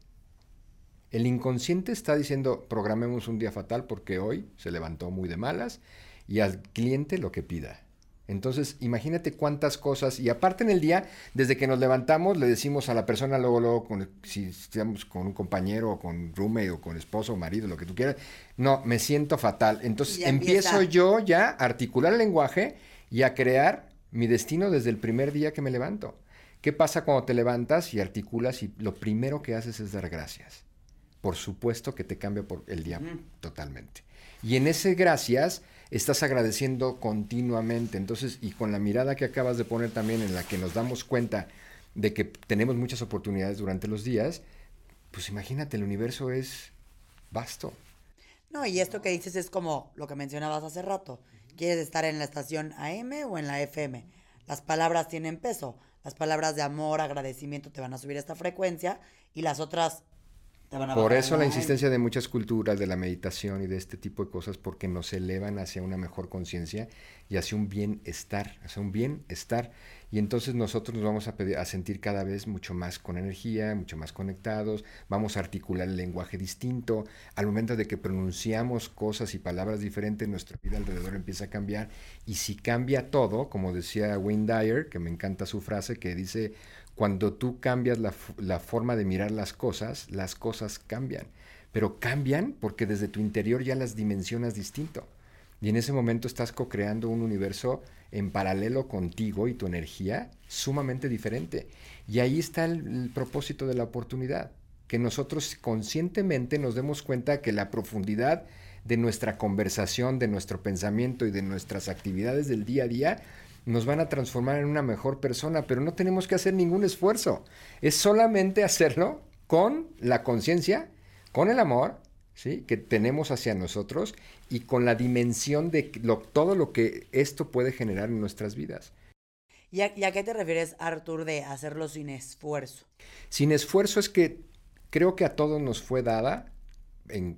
El inconsciente está diciendo, programemos un día fatal porque hoy se levantó muy de malas y al cliente lo que pida. Entonces, imagínate cuántas cosas, y aparte en el día, desde que nos levantamos, le decimos a la persona, luego, luego, con, si estamos con un compañero, o con roommate, o con esposo, o marido, lo que tú quieras, no, me siento fatal. Y Entonces, ya empiezo empieza. yo ya a articular el lenguaje y a crear mi destino desde el primer día que me levanto. ¿Qué pasa cuando te levantas y articulas y lo primero que haces es dar gracias? Por supuesto que te cambia por el día Ujú. totalmente. Y en ese gracias estás agradeciendo continuamente. Entonces, y con la mirada que acabas de poner también, en la que nos damos cuenta de que tenemos muchas oportunidades durante los días, pues imagínate, el universo es vasto. No, y esto que dices es como lo que mencionabas hace rato. ¿Quieres estar en la estación A M o en la F M? Las palabras tienen peso. Las palabras de amor, agradecimiento te van a subir esta frecuencia y las otras te van a Por bajar en eso la la A M. insistencia de muchas culturas, de la meditación y de este tipo de cosas, porque nos elevan hacia una mejor conciencia y hacia un bienestar, hacia un bienestar. Y entonces nosotros nos vamos a, pedir, a sentir cada vez mucho más con energía, mucho más conectados, vamos a articular el lenguaje distinto. Al momento de que pronunciamos cosas y palabras diferentes, nuestra vida alrededor empieza a cambiar. Y si cambia todo, como decía Wayne Dyer, que me encanta su frase, que dice, cuando tú cambias la, la forma de mirar las cosas, las cosas cambian. Pero cambian porque desde tu interior ya las dimensionas distinto. Y en ese momento estás co-creando un universo en paralelo contigo y tu energía sumamente diferente. Y ahí está el, el propósito de la oportunidad. Que nosotros conscientemente nos demos cuenta que la profundidad de nuestra conversación, de nuestro pensamiento y de nuestras actividades del día a día nos van a transformar en una mejor persona, pero no tenemos que hacer ningún esfuerzo. Es solamente hacerlo con la conciencia, con el amor, ¿sí?, que tenemos hacia nosotros y con la dimensión de lo, todo lo que esto puede generar en nuestras vidas. ¿Y a, y a qué te refieres, Artur, de hacerlo sin esfuerzo? Sin esfuerzo es que creo que a todos nos fue dada, en,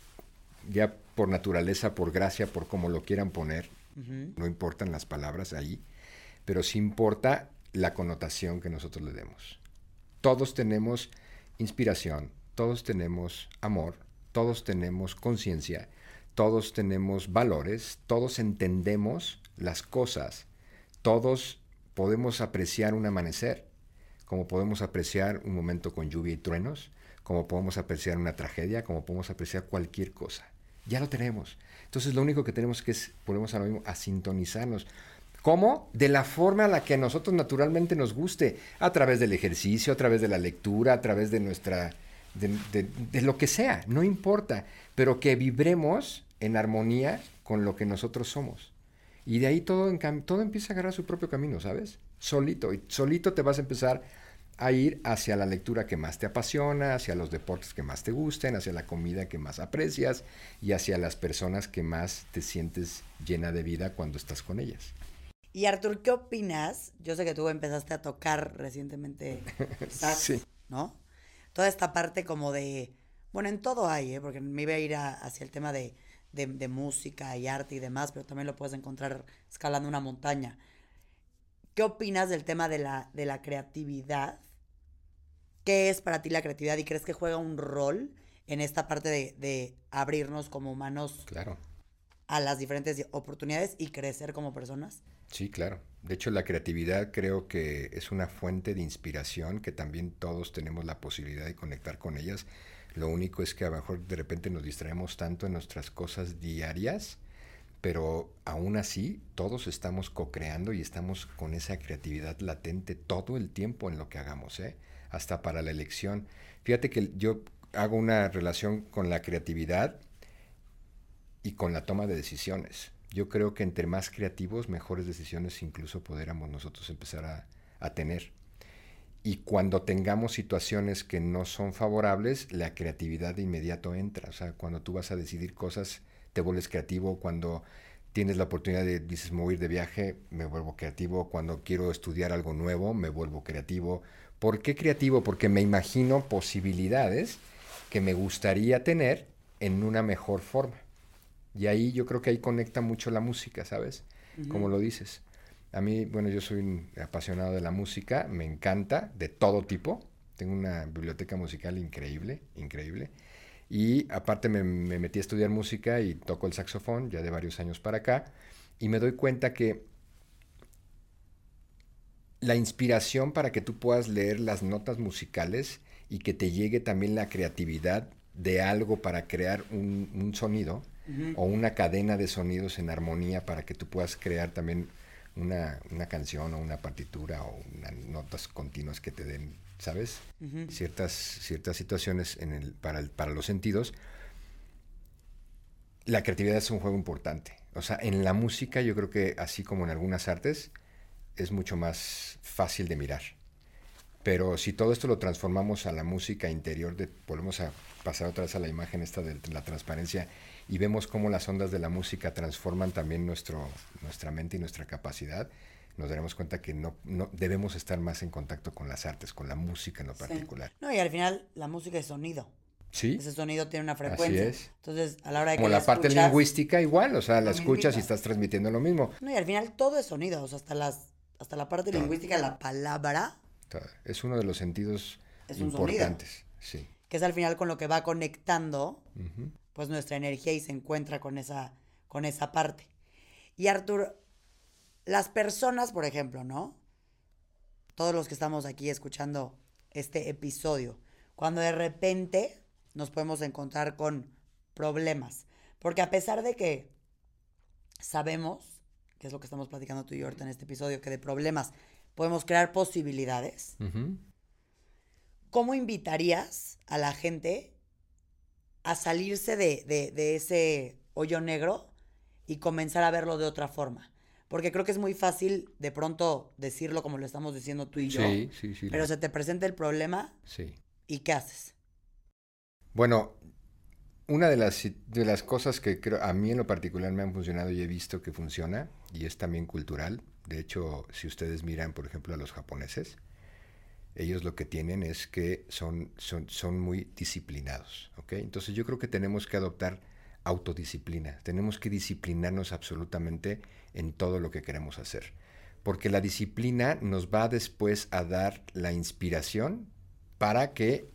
ya por naturaleza, por gracia, por como lo quieran poner, Ujú. no importan las palabras ahí, pero sí importa la connotación que nosotros le demos. Todos tenemos inspiración, todos tenemos amor, todos tenemos conciencia, todos tenemos valores, todos entendemos las cosas, todos podemos apreciar un amanecer, como podemos apreciar un momento con lluvia y truenos, como podemos apreciar una tragedia, como podemos apreciar cualquier cosa. Ya lo tenemos. Entonces lo único que tenemos que es, volvemos a lo mismo, a sintonizarnos. ¿Cómo? De la forma a la que a nosotros naturalmente nos guste, a través del ejercicio, a través de la lectura, a través de nuestra, de, de, de lo que sea, no importa, pero que vibremos en armonía con lo que nosotros somos. Y de ahí todo, en, todo empieza a agarrar su propio camino, ¿sabes? Solito, y solito te vas a empezar a ir hacia la lectura que más te apasiona, hacia los deportes que más te gusten, hacia la comida que más aprecias y hacia las personas que más te sientes llena de vida cuando estás con ellas. Y Artur, ¿qué opinas? Yo sé que tú empezaste a tocar recientemente sax, Sí. ¿no? Toda esta parte como de, bueno, en todo hay, ¿eh? Porque me iba a ir a- hacia el tema de, de, de música y arte y demás, pero también lo puedes encontrar escalando una montaña. ¿qué opinas del tema de la, de la creatividad? ¿Qué es para ti la creatividad y crees que juega un rol en esta parte de, de abrirnos como humanos Claro. a las diferentes oportunidades y crecer como personas? Sí, claro. De hecho, la creatividad creo que es una fuente de inspiración que también todos tenemos la posibilidad de conectar con ellas. Lo único es que a lo mejor de repente nos distraemos tanto en nuestras cosas diarias, pero aún así todos estamos co-creando y estamos con esa creatividad latente todo el tiempo en lo que hagamos, ¿eh? Hasta para la elección. Fíjate que yo hago una relación con la creatividad y con la toma de decisiones. Yo creo que entre más creativos, mejores decisiones incluso podríamos nosotros empezar a, a tener. Y cuando tengamos situaciones que no son favorables, la creatividad de inmediato entra. O sea, cuando tú vas a decidir cosas, te vuelves creativo. Cuando tienes la oportunidad de, dices, me voy a ir de viaje, me vuelvo creativo. Cuando quiero estudiar algo nuevo, me vuelvo creativo. ¿Por qué creativo? Porque me imagino posibilidades que me gustaría tener en una mejor forma. Y ahí yo creo que ahí conecta mucho la música, ¿sabes? Uh-huh. Como lo dices. A mí, bueno, yo soy un apasionado de la música, me encanta, de todo tipo. Tengo una biblioteca musical increíble, increíble. Y aparte me, me metí a estudiar música y toco el saxofón ya de varios años para acá. Y me doy cuenta que la inspiración para que tú puedas leer las notas musicales y que te llegue también la creatividad de algo para crear un, un sonido, uh-huh, o una cadena de sonidos en armonía para que tú puedas crear también una, una canción o una partitura o una, notas continuas que te den, ¿sabes? Uh-huh. Ciertas, ciertas situaciones en el, para, el, para los sentidos. La creatividad es un juego importante. O sea, en la música yo creo que así como en algunas artes es mucho más fácil de mirar. Pero si todo esto lo transformamos a la música interior, de, volvemos a pasar otra vez a la imagen esta de la transparencia y vemos cómo las ondas de la música transforman también nuestro, nuestra mente y nuestra capacidad, nos daremos cuenta que no, no debemos estar más en contacto con las artes, con la música en lo particular. Sí. No, y al final la música es sonido. Sí. Ese sonido tiene una frecuencia. Así es. Entonces, a la hora de Como que la, la parte escuchas, lingüística igual, o sea, la escuchas misma. Y estás transmitiendo lo mismo. No, y al final todo es sonido, o sea, hasta, las, hasta la parte todo. Lingüística, la palabra. Es uno de los sentidos es importantes, sí. Que es al final con lo que va conectando, uh-huh, pues nuestra energía y se encuentra con esa, con esa parte. Y Artur, las personas, por ejemplo, ¿no? Todos los que estamos aquí escuchando este episodio, cuando de repente nos podemos encontrar con problemas. Porque a pesar de que sabemos, que es lo que estamos platicando tú y yo ahorita en este episodio, que de problemas podemos crear posibilidades. Uh-huh. ¿Cómo invitarías a la gente a salirse de, de, de ese hoyo negro y comenzar a verlo de otra forma? Porque creo que es muy fácil de pronto decirlo como lo estamos diciendo tú y yo. Sí, sí, sí. Pero se te presenta el problema. Sí. ¿Y qué haces? Bueno, una de las, de las cosas que creo, a mí en lo particular me han funcionado y he visto que funciona, y es también cultural. De hecho, si ustedes miran, por ejemplo, a los japoneses, ellos lo que tienen es que son, son, son muy disciplinados, ¿ok? Entonces yo creo que tenemos que adoptar autodisciplina. Tenemos que disciplinarnos absolutamente en todo lo que queremos hacer. Porque la disciplina nos va después a dar la inspiración para que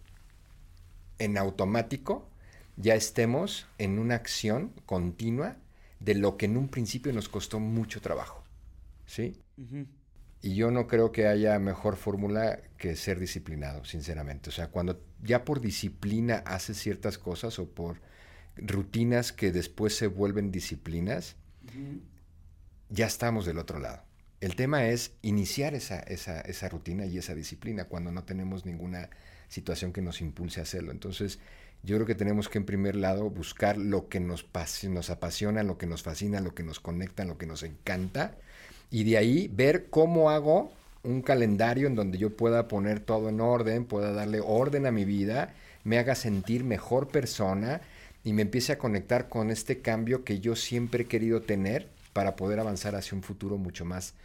en automático ya estemos en una acción continua de lo que en un principio nos costó mucho trabajo. ¿Sí? Uh-huh. Y yo no creo que haya mejor fórmula que ser disciplinado, sinceramente. O sea, cuando ya por disciplina haces ciertas cosas o por rutinas que después se vuelven disciplinas, uh-huh, ya estamos del otro lado. El tema es iniciar esa, esa, esa rutina y esa disciplina cuando no tenemos ninguna situación que nos impulse a hacerlo. Entonces, yo creo que tenemos que en primer lado buscar lo que nos, pas- nos apasiona, lo que nos fascina, lo que nos conecta, lo que nos encanta. Y de ahí ver cómo hago un calendario en donde yo pueda poner todo en orden, pueda darle orden a mi vida, me haga sentir mejor persona y me empiece a conectar con este cambio que yo siempre he querido tener para poder avanzar hacia un futuro mucho más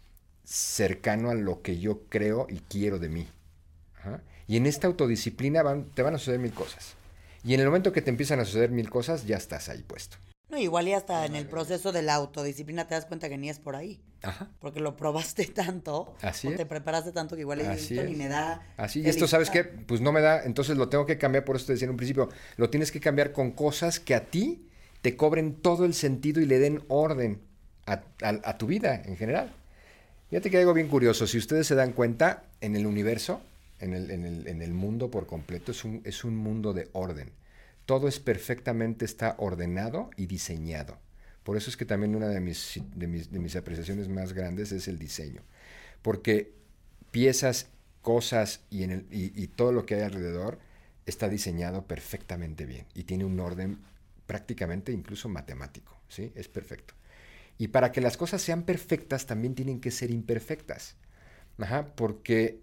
cercano a lo que yo creo y quiero de mí. Ajá. Y en esta autodisciplina van, te van a suceder mil cosas. Y en el momento que te empiezan a suceder mil cosas, ya estás ahí puesto. No, igual y hasta en el proceso de la autodisciplina te das cuenta que ni es por ahí. Ajá. Porque lo probaste tanto, Así o es. te preparaste tanto que igual Así esto ni es. me da Así, y esto, ¿sabes felicidad. qué? Pues no me da, entonces lo tengo que cambiar, por eso te decía en un principio, lo tienes que cambiar con cosas que a ti te cobren todo el sentido y le den orden a, a- a tu vida en general. Fíjate que hay algo bien curioso, si ustedes se dan cuenta, en el universo, en el, en el, en el mundo por completo, es un, es un mundo de orden. Todo es perfectamente, está ordenado y diseñado. Por eso es que también una de mis, de mis, de mis apreciaciones más grandes es el diseño. Porque piezas, cosas y, en el, y, y todo lo que hay alrededor está diseñado perfectamente bien y tiene un orden prácticamente incluso matemático, ¿sí? Es perfecto. Y para que las cosas sean perfectas también tienen que ser imperfectas. Ajá, porque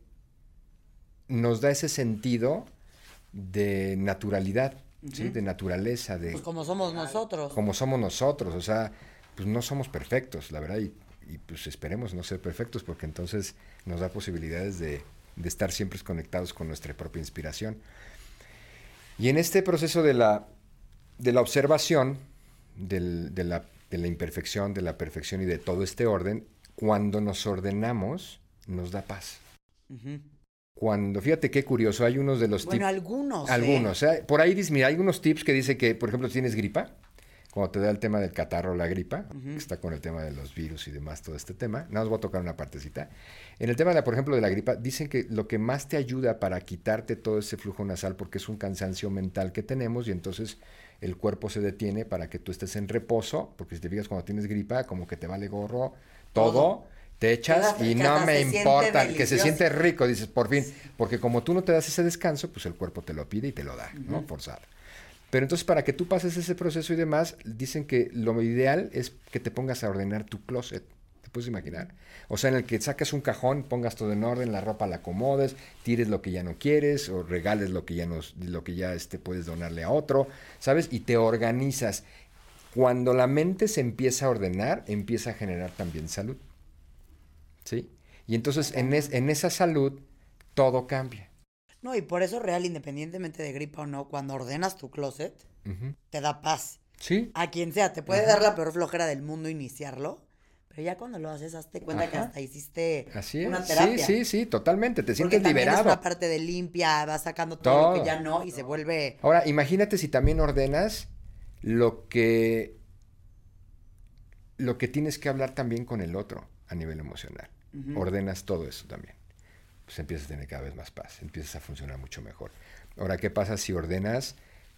nos da ese sentido de naturalidad, ¿sí? Ujú. De naturaleza, de Pues como somos nosotros. como somos nosotros. O sea, pues no somos perfectos, la verdad, y, y pues esperemos no ser perfectos porque entonces nos da posibilidades de, de estar siempre conectados con nuestra propia inspiración. Y en este proceso de la, de la observación, del, de, la, de la imperfección, de la perfección y de todo este orden, cuando nos ordenamos, nos da paz. Ujú. Cuando, fíjate qué curioso, hay unos de los Bueno, tips, algunos, ¿eh? algunos, ¿eh? Por ahí, dice, mira, hay unos tips que dice que, por ejemplo, si tienes gripa, cuando te da el tema del catarro o la gripa, que Ujú. está con el tema de los virus y demás, todo este tema, nada más voy a tocar una partecita. En el tema, de la, por ejemplo, de la gripa, dicen que lo que más te ayuda para quitarte todo ese flujo nasal, porque es un cansancio mental que tenemos y entonces el cuerpo se detiene para que tú estés en reposo, porque si te fijas cuando tienes gripa, como que te vale gorro, todo, Todo. te echas Queda- y que no hasta me se siente importa, que se delicioso. siente rico, dices, por fin, Sí. porque como tú no te das ese descanso, pues el cuerpo te lo pide y te lo da, ¿no? Ujú. Forzado. Pero entonces para que tú pases ese proceso y demás, dicen que lo ideal es que te pongas a ordenar tu closet. ¿Te puedes imaginar? O sea, en el que sacas un cajón, pongas todo en orden, la ropa la acomodes, tires lo que ya no quieres o regales lo que ya, no, lo que ya este, puedes donarle a otro, ¿sabes? Y te organizas. Cuando la mente se empieza a ordenar, empieza a generar también salud, ¿sí? Y entonces en, es, en esa salud todo cambia. No, y por eso real, independientemente de gripa o no, cuando ordenas tu closet, Ujú. te da paz. ¿Sí? A quien sea, te puede Ajá. dar la peor flojera del mundo iniciarlo, pero ya cuando lo haces, hazte cuenta que Ajá. hasta hiciste Así una es. Sí, terapia. sí, sí, totalmente. Te Porque sientes también es liberado. una parte de limpia, vas sacando todo, lo que Todo. ya no y se vuelve... Ahora, imagínate si también ordenas lo que, lo que tienes que hablar también con el otro a nivel emocional. Ujú. Ordenas todo eso también. Pues empiezas a tener cada vez más paz, empiezas a funcionar mucho mejor. Ahora, ¿qué pasa si ordenas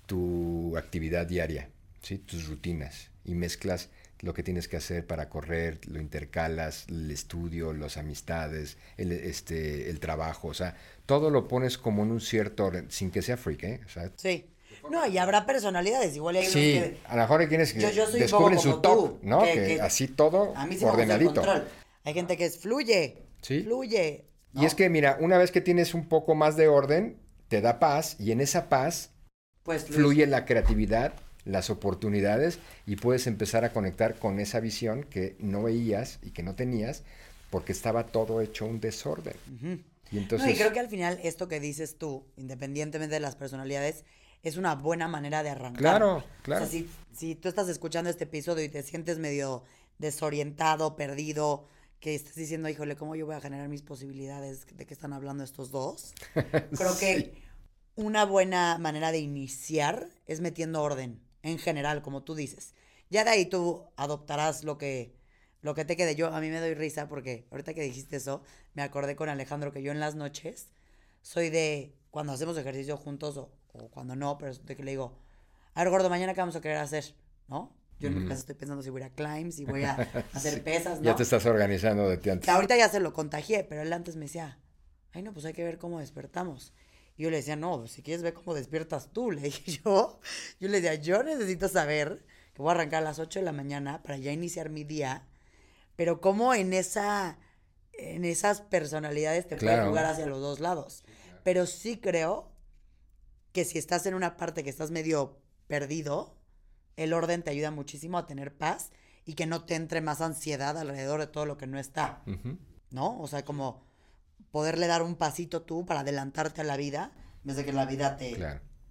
tu actividad diaria, ¿sí? Tus rutinas y mezclas lo que tienes que hacer para correr, lo intercalas, el estudio, las amistades, el, este, el trabajo, o sea, todo lo pones como en un cierto orden, sin que sea freak, ¿eh? O sea, Sí. No, y habrá personalidades, igual hay unos sí, que... a lo mejor hay quienes que Yo, yo soy un descubren poco su como top, tú, ¿no? que, Que, que así todo a mí sí me gusta el ordenadito. control. Hay gente que es fluye, Sí. fluye, ¿no? Y es que, mira, una vez que tienes un poco más de orden, te da paz y en esa paz Pues fluye la creatividad, las oportunidades y puedes empezar a conectar con esa visión que no veías y que no tenías porque estaba todo hecho un desorden. Ujú. Y entonces, No, y creo que al final esto que dices tú, independientemente de las personalidades, es una buena manera de arrancar. claro, claro. O sea, si, si tú estás escuchando este episodio y te sientes medio desorientado, perdido, que estás diciendo, híjole, ¿cómo yo voy a generar mis posibilidades? ¿De qué están hablando estos dos? Creo Sí. que una buena manera de iniciar es metiendo orden, en general, como tú dices. Ya de ahí tú adoptarás lo que, lo que te quede. Yo, a mí me doy risa porque ahorita que dijiste eso, me acordé con Alejandro que yo en las noches soy de, cuando hacemos ejercicio juntos o, o cuando no, pero de que le digo, a ver, gordo, mañana qué vamos a querer hacer, ¿no? Yo en mi Ujú. casa estoy pensando si voy a ir a climb, si voy a hacer Sí. pesas, ¿no? Ya te estás organizando de ti Que antes. ahorita ya se lo contagié, pero él antes me decía, ay no, pues hay que ver cómo despertamos. Y yo le decía, no, pues, si quieres ver cómo despiertas tú, le dije yo. Yo le decía, yo necesito saber que voy a arrancar a las ocho de la mañana para ya iniciar mi día, pero cómo en esa, en esas personalidades te puede Claro. jugar hacia los dos lados. Pero sí creo que si estás en una parte que estás medio perdido, el orden te ayuda muchísimo a tener paz y que no te entre más ansiedad alrededor de todo lo que no está, Ujú. ¿no? O sea, como poderle dar un pasito tú para adelantarte a la vida, en vez de que la vida te... Claro.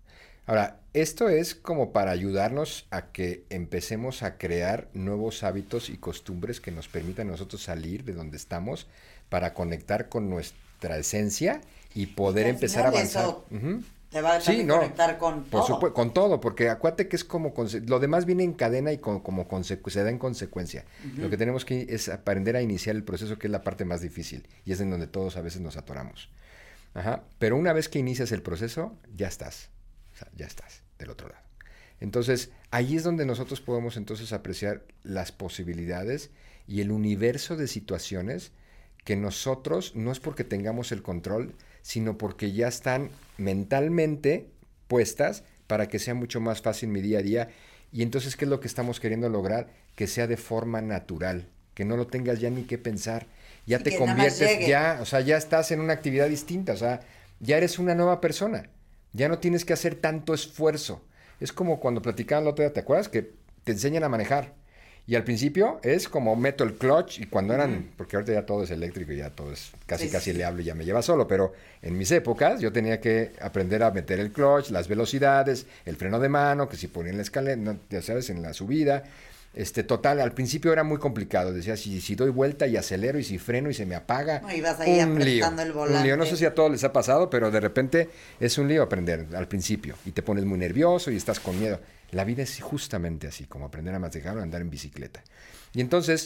Ahora, esto es como para ayudarnos a que empecemos a crear nuevos hábitos y costumbres que nos permitan a nosotros salir de donde estamos para conectar con nuestra esencia y Y que poder al empezar a final avanzar. eso Ujú. te va a Sí, también no, conectar con por todo. supuesto, con todo, porque acuérdate que es como, conse- lo demás viene en cadena y con- como consecu- se da en consecuencia. Lo que tenemos que es aprender a iniciar el proceso, que es la parte más difícil, y es en donde todos a veces nos atoramos. Ajá. Pero una vez que inicias el proceso, ya estás. O sea, ya estás del otro lado. Entonces, ahí es donde nosotros podemos entonces apreciar las posibilidades y el universo de situaciones que nosotros, no es porque tengamos el control, sino porque ya están mentalmente puestas para que sea mucho más fácil mi día a día. Y entonces, ¿qué es lo que estamos queriendo lograr? Que sea de forma natural, que no lo tengas ya ni que pensar. Ya Sí, te que nada más conviertes, llegue. ya, o sea, ya estás en una actividad distinta, o sea, ya eres una nueva persona. Ya no tienes que hacer tanto esfuerzo. Es como cuando platicaban la otra día, ¿te acuerdas? Que te enseñan a manejar. Y al principio es como meto el clutch y cuando eran, porque ahorita ya todo es eléctrico y ya todo es casi Sí, sí, casi sí. le hablo y ya me lleva solo, pero en mis épocas yo tenía que aprender a meter el clutch, las velocidades, el freno de mano, que si ponía en la escalera, no, ya sabes, en la subida. Este, total, al principio era muy complicado. Decía, si, si doy vuelta y acelero y si freno y se me apaga, No, y vas ahí un lío. apretando el Un lío. No sé volante. si a todos les ha pasado, pero de repente es un lío aprender al principio. Y te pones muy nervioso y estás con miedo. La vida es justamente así, como aprender a manejar o andar en bicicleta. Y entonces,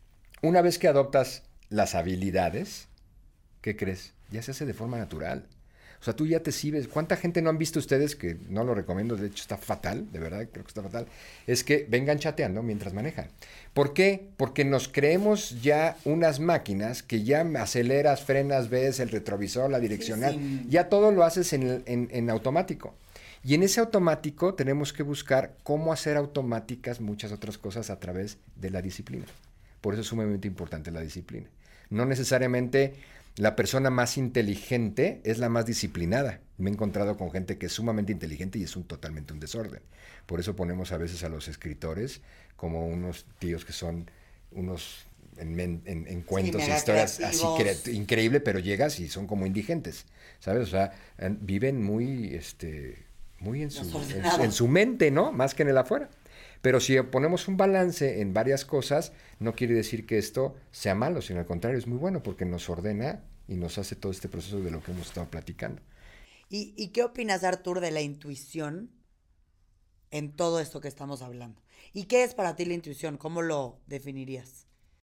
una vez que adoptas las habilidades, ¿qué crees? Ya se hace de forma natural. O sea, tú ya te sirves. ¿Cuánta gente no han visto ustedes, que no lo recomiendo, de hecho está fatal, de verdad creo que está fatal, es que vengan chateando mientras manejan? ¿Por qué? Porque nos creemos ya unas máquinas que ya aceleras, frenas, ves el retrovisor, la direccional, Sí, sí. ya todo lo haces en, en, en automático. Y en ese automático tenemos que buscar cómo hacer automáticas muchas otras cosas a través de la disciplina. Por eso es sumamente importante la disciplina. No necesariamente la persona más inteligente es la más disciplinada. Me he encontrado con gente que es sumamente inteligente y es un, totalmente un desorden. Por eso ponemos a veces a los escritores como unos tíos que son unos en, en, en cuentos Sí, y historias así creativos. cre increíble, pero llegas y son como indigentes, ¿sabes? O sea, en, viven muy, este, muy en su, en, en su mente, ¿no? Más que en el afuera. Pero si ponemos un balance en varias cosas, no quiere decir que esto sea malo, sino al contrario, es muy bueno porque nos ordena y nos hace todo este proceso de lo que hemos estado platicando. ¿Y, y qué opinas, Artur, de la intuición en todo esto que estamos hablando? ¿Y qué es para ti la intuición? ¿Cómo lo definirías?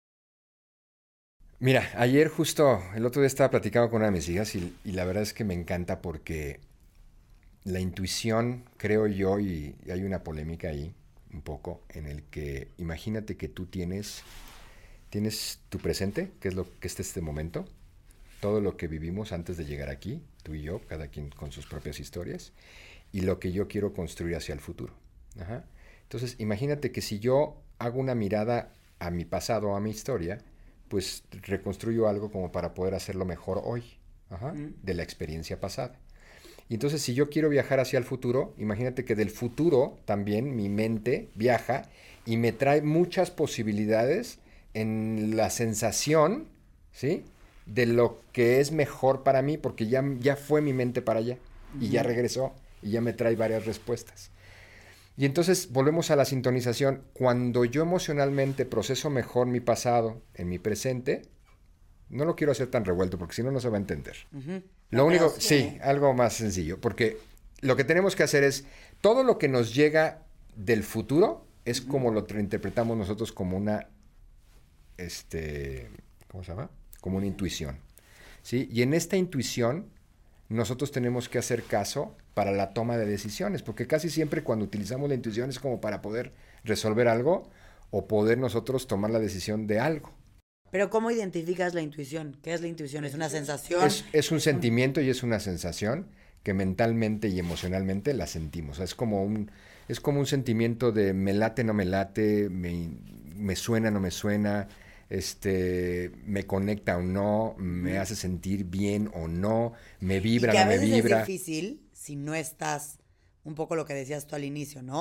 Mira, ayer justo, el otro día estaba platicando con una de mis hijas y, y la verdad es que me encanta porque la intuición, creo yo, y, y hay una polémica ahí, un poco, en el que imagínate que tú tienes, tienes tu presente, que es lo que es este momento, todo lo que vivimos antes de llegar aquí, tú y yo, cada quien con sus propias historias, y lo que yo quiero construir hacia el futuro. Ajá. Entonces, imagínate que si yo hago una mirada a mi pasado, a mi historia, pues reconstruyo algo como para poder hacerlo mejor hoy, ajá, Mm. de la experiencia pasada. Y entonces, si yo quiero viajar hacia el futuro, imagínate que del futuro también mi mente viaja y me trae muchas posibilidades en la sensación, ¿sí? De lo que es mejor para mí, porque ya, ya fue mi mente para allá y ya regresó y ya me trae varias respuestas. Y entonces volvemos a la sintonización. Cuando yo emocionalmente proceso mejor mi pasado en mi presente, no lo quiero hacer tan revuelto porque si no, no se va a entender. Ujú. Lo No, único, pero sí, algo más sencillo, porque lo que tenemos que hacer es, todo lo que nos llega del futuro es como lo tra- interpretamos nosotros como una, este, ¿cómo se llama? Como una intuición, ¿sí? Y en esta intuición nosotros tenemos que hacer caso para la toma de decisiones, porque casi siempre cuando utilizamos la intuición es como para poder resolver algo o poder nosotros tomar la decisión de algo. Pero ¿cómo identificas la intuición? ¿Qué es la intuición? ¿Es una sensación? Es, es un sentimiento y es una sensación que mentalmente y emocionalmente la sentimos. O sea, es como un, es como un sentimiento de me late, no me late, me, me suena, no me suena, este, me conecta o no, me hace sentir bien o no, me Y vibra, que no a me veces es vibra. difícil si no estás, un poco lo que decías tú al inicio, ¿no?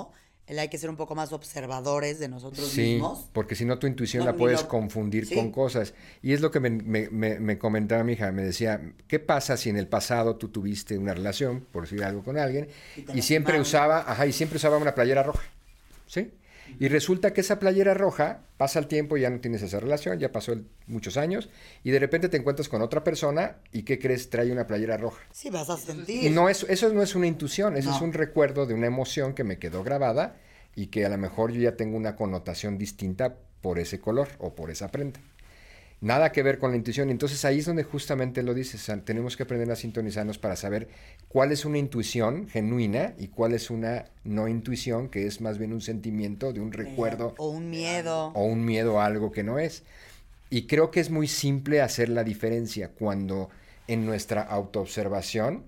el hay que ser un poco más observadores de nosotros Sí, mismos. porque si no tu intuición No, la ni puedes lo- confundir Sí. con cosas. Y es lo que me, me- me- me comentaba mi hija, me decía, ¿qué pasa si en el pasado tú tuviste una relación, por decir algo, con alguien, Y te y siempre lastimaron. usaba, ajá, y siempre usaba una playera roja? ¿Sí? Y resulta que esa playera roja, pasa el tiempo y ya no tienes esa relación, ya pasó el- muchos años, y de repente te encuentras con otra persona, y ¿qué crees? Trae una playera roja. Sí, vas a Y sentir. no es, eso no es una intuición, eso es No. un recuerdo de una emoción que me quedó grabada y que a lo mejor yo ya tengo una connotación distinta por ese color o por esa prenda. Nada que ver con la intuición. Entonces ahí es donde justamente lo dices, o sea, tenemos que aprender a sintonizarnos para saber cuál es una intuición genuina y cuál es una no intuición, que es más bien un sentimiento de un recuerdo O un miedo. o un miedo a algo que no es. Y creo que es muy simple hacer la diferencia cuando en nuestra autoobservación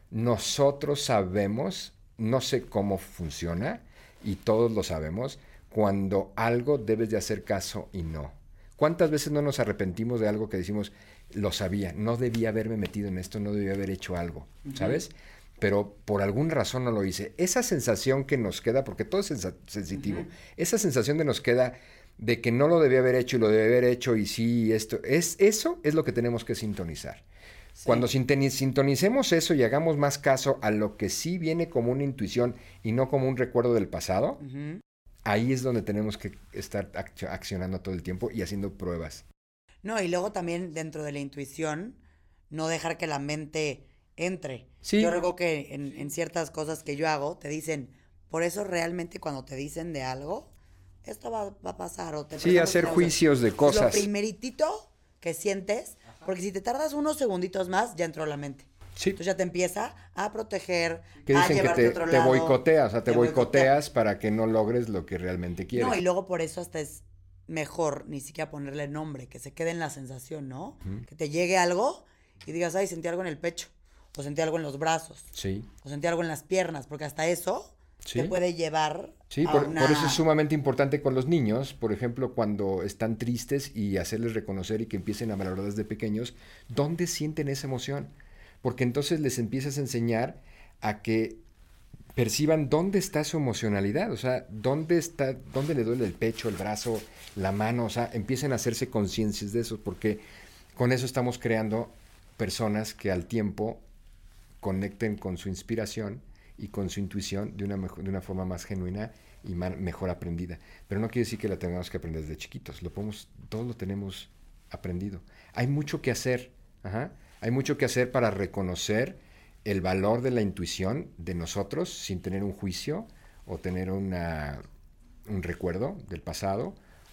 nosotros sabemos, no sé cómo funciona, y todos lo sabemos, cuando algo debes de hacer caso y no. ¿Cuántas veces no nos arrepentimos de algo que decimos, lo sabía, no debía haberme metido en esto, no debía haber hecho algo, ¿sabes? Pero por alguna razón no lo hice. Esa sensación que nos queda, porque todo es sensa- sensitivo, esa sensación de nos queda de que no lo debía haber hecho y lo debía haber hecho y sí, esto, es, eso es lo que tenemos que sintonizar. Sí. Cuando sintoni- sintonicemos eso y hagamos más caso a lo que sí viene como una intuición y no como un recuerdo del pasado, Ujú. ahí es donde tenemos que estar ac- accionando todo el tiempo y haciendo pruebas. No, y luego también dentro de la intuición, no dejar que la mente entre. Sí. Yo recuerdo que en, en ciertas cosas que yo hago, te dicen, por eso realmente cuando te dicen de algo, esto va, va a pasar. O te Sí, prestamos hacer atención. juicios de Lo cosas. primeritito que sientes, porque si te tardas unos segunditos más, ya entró la mente. Sí. Entonces ya te empieza a proteger, Que a dicen que llevarte te, a otro te lado. boicoteas, o sea, te, te boicotea. boicoteas para que no logres lo que realmente quieres. No, y luego por eso hasta es mejor ni siquiera ponerle nombre, que se quede en la sensación, ¿no? Ujú. Que te llegue algo y digas, ay, sentí algo en el pecho, o sentí algo en los brazos, Sí, o sentí algo en las piernas, porque hasta eso Sí. te puede llevar sí, a por, una... por eso es sumamente importante con los niños, por ejemplo, cuando están tristes y hacerles reconocer y que empiecen a valorar desde pequeños, ¿dónde sienten esa emoción? Porque entonces les empiezas a enseñar a que perciban dónde está su emocionalidad, o sea, dónde está, dónde le duele el pecho, el brazo, la mano, o sea, empiecen a hacerse conciencias de eso, porque con eso estamos creando personas que al tiempo conecten con su inspiración y con su intuición de una, mejor, de una forma más genuina y más, mejor aprendida. Pero no quiere decir que la tengamos que aprender desde chiquitos, lo podemos, todos lo tenemos aprendido. Hay mucho que hacer, ajá, hay mucho que hacer para reconocer el valor de la intuición de nosotros sin tener un juicio o tener una, un recuerdo del pasado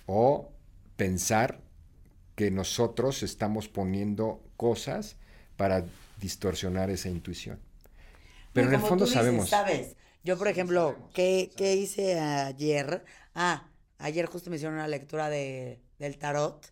o pensar que nosotros estamos poniendo cosas para distorsionar esa intuición. Pero No, en el como fondo tú dices, sabemos. ¿sabes? Yo, por Sí, ejemplo, sabemos, ¿qué, sí ¿qué sabemos. hice ayer? Ah, ayer justo me hicieron una lectura de, del tarot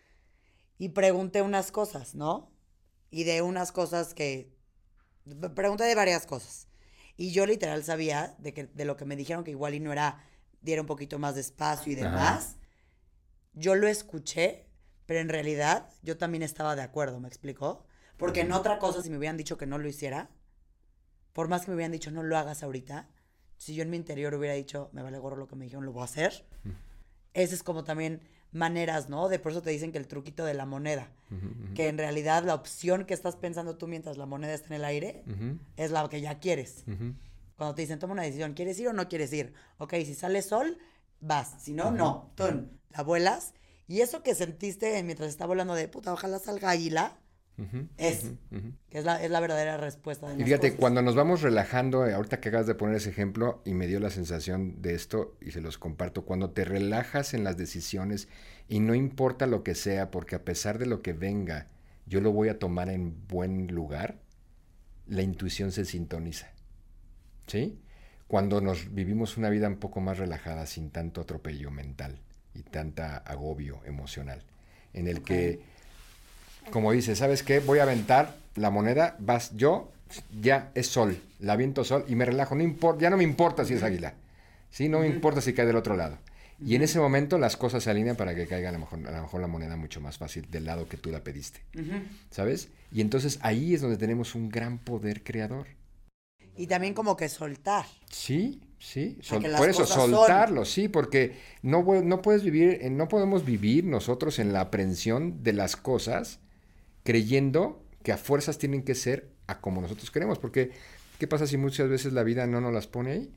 y pregunté unas cosas, ¿no? Y de unas cosas que... Pregunté de varias cosas. Y yo literal sabía de, que, de lo que me dijeron que igual y no era, diera un poquito más de espacio y Ajá. demás. Yo lo escuché, pero en realidad yo también estaba de acuerdo, ¿me explicó? Porque en otra cosa, si me hubieran dicho que no lo hiciera, por más que me hubieran dicho no lo hagas ahorita, si yo en mi interior hubiera dicho me vale gorro lo que me dijeron, lo voy a hacer. Ese es como también maneras, ¿no? De por eso te dicen que el truquito de la moneda, Ujú, ujú. que en realidad la opción que estás pensando tú mientras la moneda está en el aire Ujú, es la que ya quieres. ujú. Cuando te dicen toma una decisión, ¿quieres ir o no quieres ir? Ok, si sale sol, vas, si no, Ujú, no. Tú la vuelas y eso que sentiste mientras estaba volando de puta, ojalá salga águila, Ujú, es, ujú, ujú. que es la, es la verdadera respuesta de Y las fíjate, cosas. cuando nos vamos relajando, eh, ahorita que acabas de poner ese ejemplo y me dio la sensación de esto y se los comparto, cuando te relajas en las decisiones y no importa lo que sea, porque a pesar de lo que venga, yo lo voy a tomar en buen lugar, la intuición se sintoniza, ¿sí? Cuando nos vivimos una vida un poco más relajada, sin tanto atropello mental y tanta agobio emocional, en el Ok. que, como dices, ¿sabes qué? Voy a aventar la moneda, vas yo, ya es sol, la aviento sol y me relajo, no importa, ya no me importa si es águila, ¿sí? No me importa si cae del otro lado. Y en ese momento las cosas se alinean para que caiga a lo mejor, a lo mejor la moneda mucho más fácil del lado que tú la pediste, Ujú. ¿sabes? Y entonces ahí es donde tenemos un gran poder creador. Y también como que soltar. Sí, sí. O sea, Sol- que las por eso, cosas son. soltarlo, sí, porque no, vo- no puedes vivir, eh, no podemos vivir nosotros en la aprensión de las cosas creyendo que a fuerzas tienen que ser a como nosotros queremos. Porque, ¿qué pasa si muchas veces la vida no nos las pone ahí?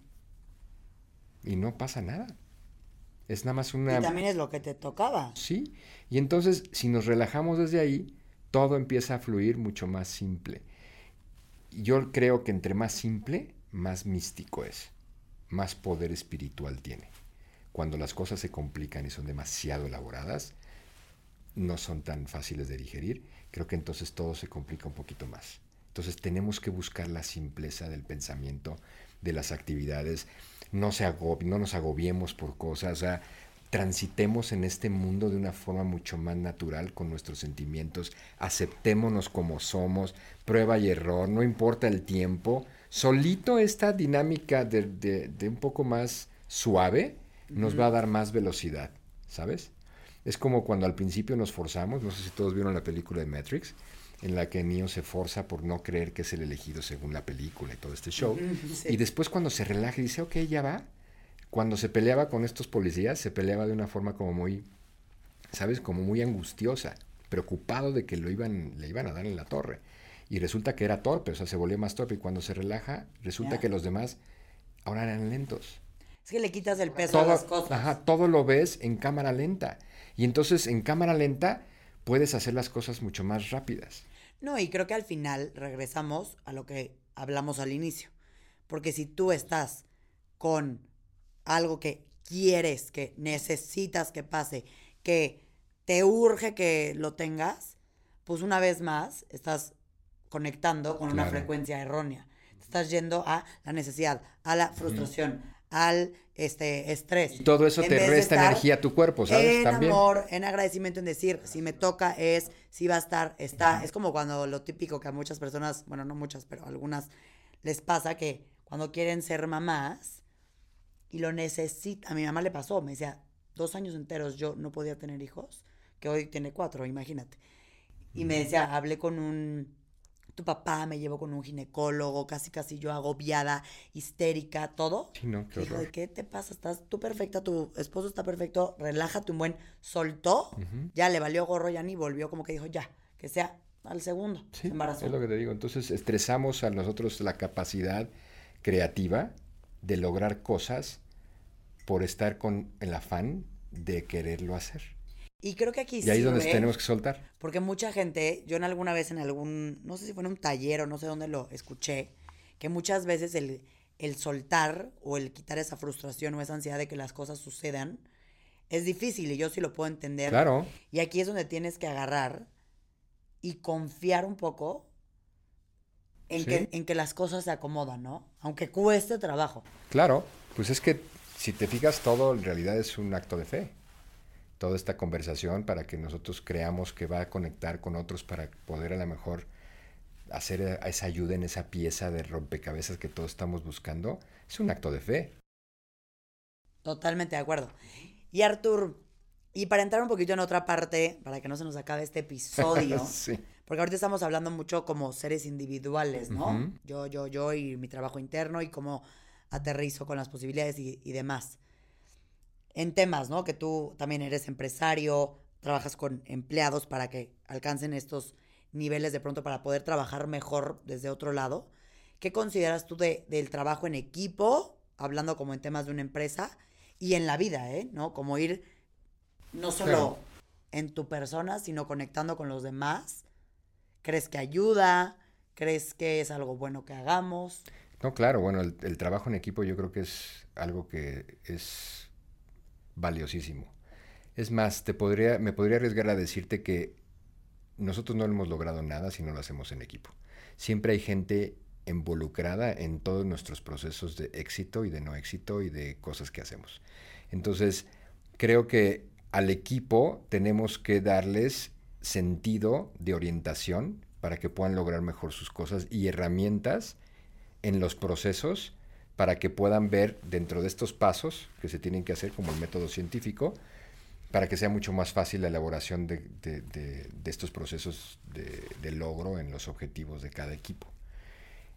Y no pasa nada. Es nada más Y una... también es lo que te tocaba. Sí. Y entonces, si nos relajamos desde ahí, todo empieza a fluir mucho más simple. Yo creo que entre más simple, más místico es, más poder espiritual tiene. Cuando las cosas se complican y son demasiado elaboradas, no son tan fáciles de digerir, creo que entonces todo se complica un poquito más. Entonces tenemos que buscar la simpleza del pensamiento, de las actividades, no, se agobi- no nos agobiemos por cosas, o sea, transitemos en este mundo de una forma mucho más natural con nuestros sentimientos, aceptémonos como somos, prueba y error, no importa el tiempo, solito esta dinámica de, de, de un poco más suave nos va a dar más velocidad, ¿sabes? Es como cuando al principio nos forzamos, no sé si todos vieron la película de Matrix, en la que Neo se forza por no creer que es el elegido según la película y todo este show. Sí. Y después cuando se relaja y dice, ok, ya va. Cuando se peleaba con estos policías, se peleaba de una forma como muy, ¿sabes? Como muy angustiosa, preocupado de que lo iban, le iban a dar en la torre. Y resulta que era torpe, o sea, se volvió más torpe. Y cuando se relaja, resulta Ya. que los demás ahora eran lentos. Es que le quitas el peso a las Todo, cosas. ajá, todo lo ves en cámara lenta. Y entonces en cámara lenta puedes hacer las cosas mucho más rápidas. No, y creo que al final regresamos a lo que hablamos al inicio. Porque si tú estás con algo que quieres, que necesitas que pase, que te urge que lo tengas, pues una vez más estás conectando con una Claro. frecuencia errónea. Te estás yendo a la necesidad, a la frustración, al este estrés. Y todo eso En te vez de resta estar energía a tu cuerpo, ¿sabes? En También. amor, en agradecimiento, en decir, si me toca es, si va a estar, está. Es como cuando lo típico que a muchas personas, bueno, no muchas, pero a algunas les pasa que cuando quieren ser mamás y lo necesitan, a mi mamá le pasó, me decía, dos años enteros yo no podía tener hijos, que hoy tiene cuatro, imagínate. Y me decía, hablé con un, tu papá me llevó con un ginecólogo, casi casi yo agobiada, histérica, todo. Sí, no, qué Dijo, horror. ¿qué te pasa? Estás tú perfecta, tu esposo está perfecto, relájate un buen, soltó, Ujú. ya le valió gorro, ya ni volvió, como que dijo, ya, que sea al segundo, Sí, se embarazó. es lo que te digo. Entonces estresamos a nosotros la capacidad creativa de lograr cosas por estar con el afán de quererlo hacer. Y creo que aquí Y ahí es donde sirve, tenemos que soltar. porque mucha gente, yo en alguna vez en algún, no sé si fue en un taller o no sé dónde lo escuché, que muchas veces el, el soltar o el quitar esa frustración o esa ansiedad de que las cosas sucedan es difícil y yo sí lo puedo entender. Claro, Y aquí es donde tienes que agarrar y confiar un poco en, Sí. que, en que las cosas se acomodan, ¿no? Aunque cueste trabajo. claro. Pues es que si te fijas, todo en realidad es un acto de fe. Toda esta conversación para que nosotros creamos que va a conectar con otros para poder a lo mejor hacer esa ayuda en esa pieza de rompecabezas que todos estamos buscando, es un acto de fe. Totalmente de acuerdo. Y Artur, y para entrar un poquito en otra parte, para que no se nos acabe este episodio, Sí. porque ahorita estamos hablando mucho como seres individuales, ¿no? Ujú. Yo, yo, yo y mi trabajo interno y cómo aterrizo con las posibilidades y, y demás. En temas, ¿no? Que tú también eres empresario, trabajas con empleados para que alcancen estos niveles de pronto para poder trabajar mejor desde otro lado. ¿Qué consideras tú de, del trabajo en equipo, hablando como en temas de una empresa, y en la vida, ¿eh? ¿No? Como ir no solo Claro. en tu persona, sino conectando con los demás. ¿Crees que ayuda? ¿Crees que es algo bueno que hagamos? No, claro, bueno, el, el trabajo en equipo yo creo que es algo que es valiosísimo. Es más, te podría, me podría arriesgar a decirte que nosotros no hemos logrado nada si no lo hacemos en equipo. Siempre hay gente involucrada en todos nuestros procesos de éxito y de no éxito y de cosas que hacemos. Entonces, creo que al equipo tenemos que darles sentido de orientación para que puedan lograr mejor sus cosas y herramientas en los procesos para que puedan ver dentro de estos pasos que se tienen que hacer como el método científico, para que sea mucho más fácil la elaboración de, de, de, de estos procesos de, de logro en los objetivos de cada equipo.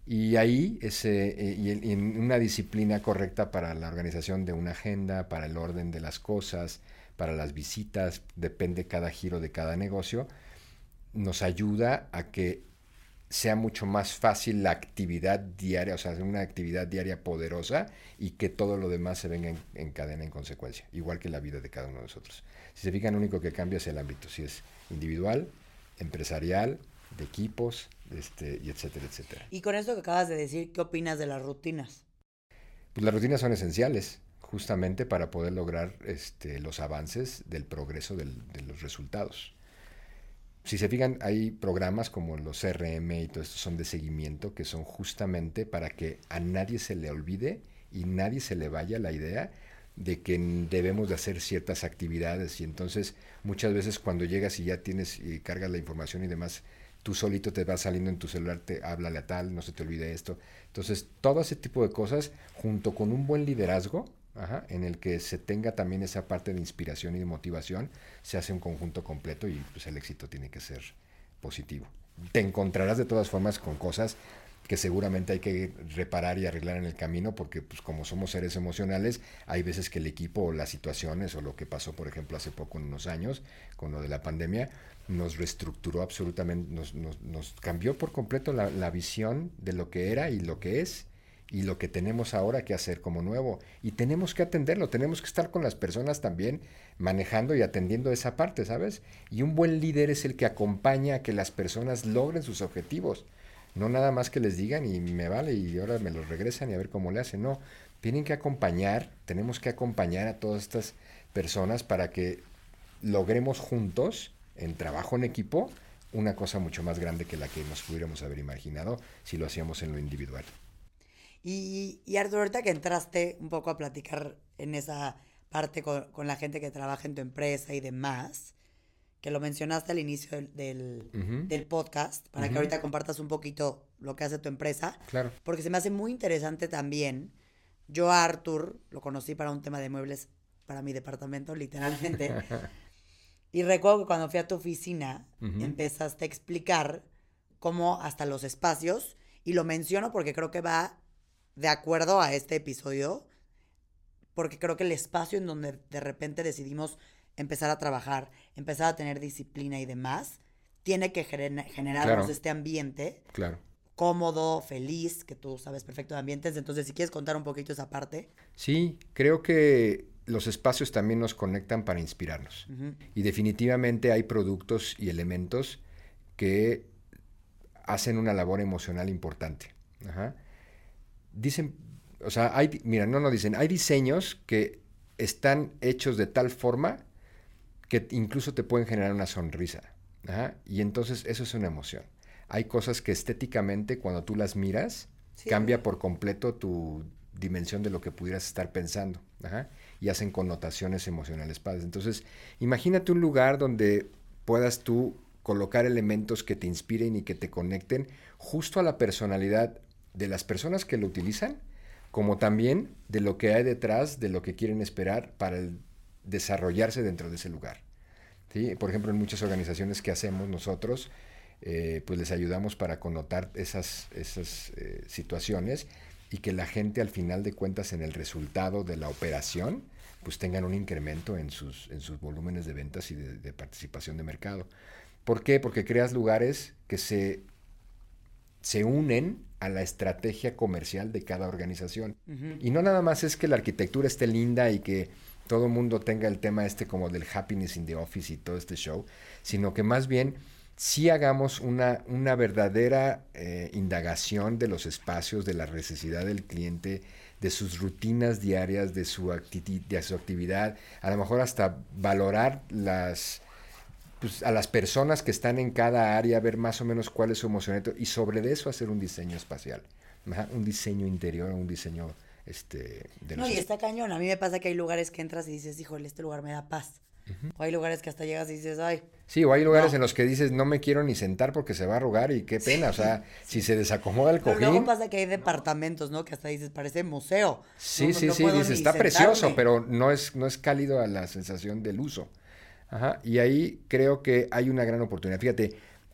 Y ahí, ese, eh, y en, en una disciplina correcta para la organización de una agenda, para el orden de las cosas, para las visitas, depende cada giro de cada negocio, nos ayuda a que sea mucho más fácil la actividad diaria, o sea, una actividad diaria poderosa y que todo lo demás se venga en, en cadena en consecuencia, igual que la vida de cada uno de nosotros. Si se fijan, lo único que cambia es el ámbito, si es individual, empresarial, de equipos, este, y etcétera, etcétera. Y con esto que acabas de decir, ¿qué opinas de las rutinas? Pues las rutinas son esenciales, justamente para poder lograr este, los avances del progreso del, de los resultados. Si se fijan, hay programas como los C R M y todo esto son de seguimiento que son justamente para que a nadie se le olvide y nadie se le vaya la idea de que debemos de hacer ciertas actividades y entonces muchas veces cuando llegas y ya tienes y cargas la información y demás, tú solito te vas saliendo en tu celular, te háblale a tal, no se te olvide esto. Entonces, todo ese tipo de cosas, junto con un buen liderazgo, ajá, en el que se tenga también esa parte de inspiración y de motivación, se hace un conjunto completo y pues el éxito tiene que ser positivo. Te encontrarás de todas formas con cosas que seguramente hay que reparar y arreglar en el camino porque pues como somos seres emocionales, hay veces que el equipo o las situaciones o lo que pasó por ejemplo hace poco en unos años con lo de la pandemia, nos reestructuró absolutamente, nos, nos, nos cambió por completo la, la visión de lo que era y lo que es y lo que tenemos ahora que hacer como nuevo. Y tenemos que atenderlo, tenemos que estar con las personas también manejando y atendiendo esa parte, ¿sabes? Y un buen líder es el que acompaña a que las personas logren sus objetivos. No nada más que les digan y me vale y ahora me los regresan y a ver cómo le hacen. No, tienen que acompañar, tenemos que acompañar a todas estas personas para que logremos juntos, en trabajo en equipo, una cosa mucho más grande que la que nos pudiéramos haber imaginado si lo hacíamos en lo individual. Y, y Arturo, ahorita que entraste un poco a platicar en esa parte con, con la gente que trabaja en tu empresa y demás, que lo mencionaste al inicio del, del, Uh-huh. del podcast, para Uh-huh. que ahorita compartas un poquito lo que hace tu empresa, Claro. porque se me hace muy interesante también. Yo a Artur lo conocí para un tema de muebles para mi departamento, literalmente. Y recuerdo que cuando fui a tu oficina, Uh-huh. empezaste a explicar cómo hasta los espacios, y lo menciono porque creo que va de acuerdo a este episodio, porque creo que el espacio en donde de repente decidimos empezar a trabajar, empezar a tener disciplina y demás, tiene que gener- generarnos Claro. este ambiente Claro. cómodo, feliz, que tú sabes perfecto de ambientes. Entonces, si quieres contar un poquito esa parte. Sí, creo que los espacios también nos conectan para inspirarnos. Ujú. Y definitivamente hay productos y elementos que hacen una labor emocional importante. Ajá. Dicen, o sea, hay, mira, no nos dicen, hay diseños que están hechos de tal forma que incluso te pueden generar una sonrisa. Ajá. Y entonces eso es una emoción. Hay cosas que estéticamente cuando tú las miras, Sí. cambia por completo tu dimensión de lo que pudieras estar pensando. Ajá. Y hacen connotaciones emocionales padres. Entonces, imagínate un lugar donde puedas tú colocar elementos que te inspiren y que te conecten justo a la personalidad de las personas que lo utilizan, como también de lo que hay detrás, de lo que quieren esperar para el desarrollarse dentro de ese lugar. ¿Sí? Por ejemplo, en muchas organizaciones que hacemos nosotros, eh, pues les ayudamos para connotar esas, esas eh, situaciones y que la gente al final de cuentas en el resultado de la operación pues tengan un incremento en sus, en sus volúmenes de ventas y de, de participación de mercado. ¿Por qué? Porque creas lugares que se, se unen a la estrategia comercial de cada organización. Ujú. Y no nada más es que la arquitectura esté linda y que todo el mundo tenga el tema este como del happiness in the office y todo este show, sino que más bien sí hagamos una, una verdadera eh, indagación de los espacios, de la necesidad del cliente, de sus rutinas diarias, de su, acti- de su actividad, a lo mejor hasta valorar las, pues, a las personas que están en cada área, ver más o menos cuál es su emocionamiento y sobre eso hacer un diseño espacial, ajá, un diseño interior, un diseño este, de No, los y es- está cañón. A mí me pasa que hay lugares que entras y dices, híjole, este lugar me da paz. O hay lugares que hasta llegas y dices, ay, Sí, o hay lugares no. en los que dices, no me quiero ni sentar porque se va a arrugar y qué pena, o sea, si se desacomoda el Pero luego cojín, pasa que hay departamentos, ¿no? Que hasta dices, parece museo. sí, No, sí, no sí, puedo dices, ni está sentarme. precioso, pero no es, no es cálido a la sensación del uso. Ajá, y ahí creo que hay una gran oportunidad. Fíjate,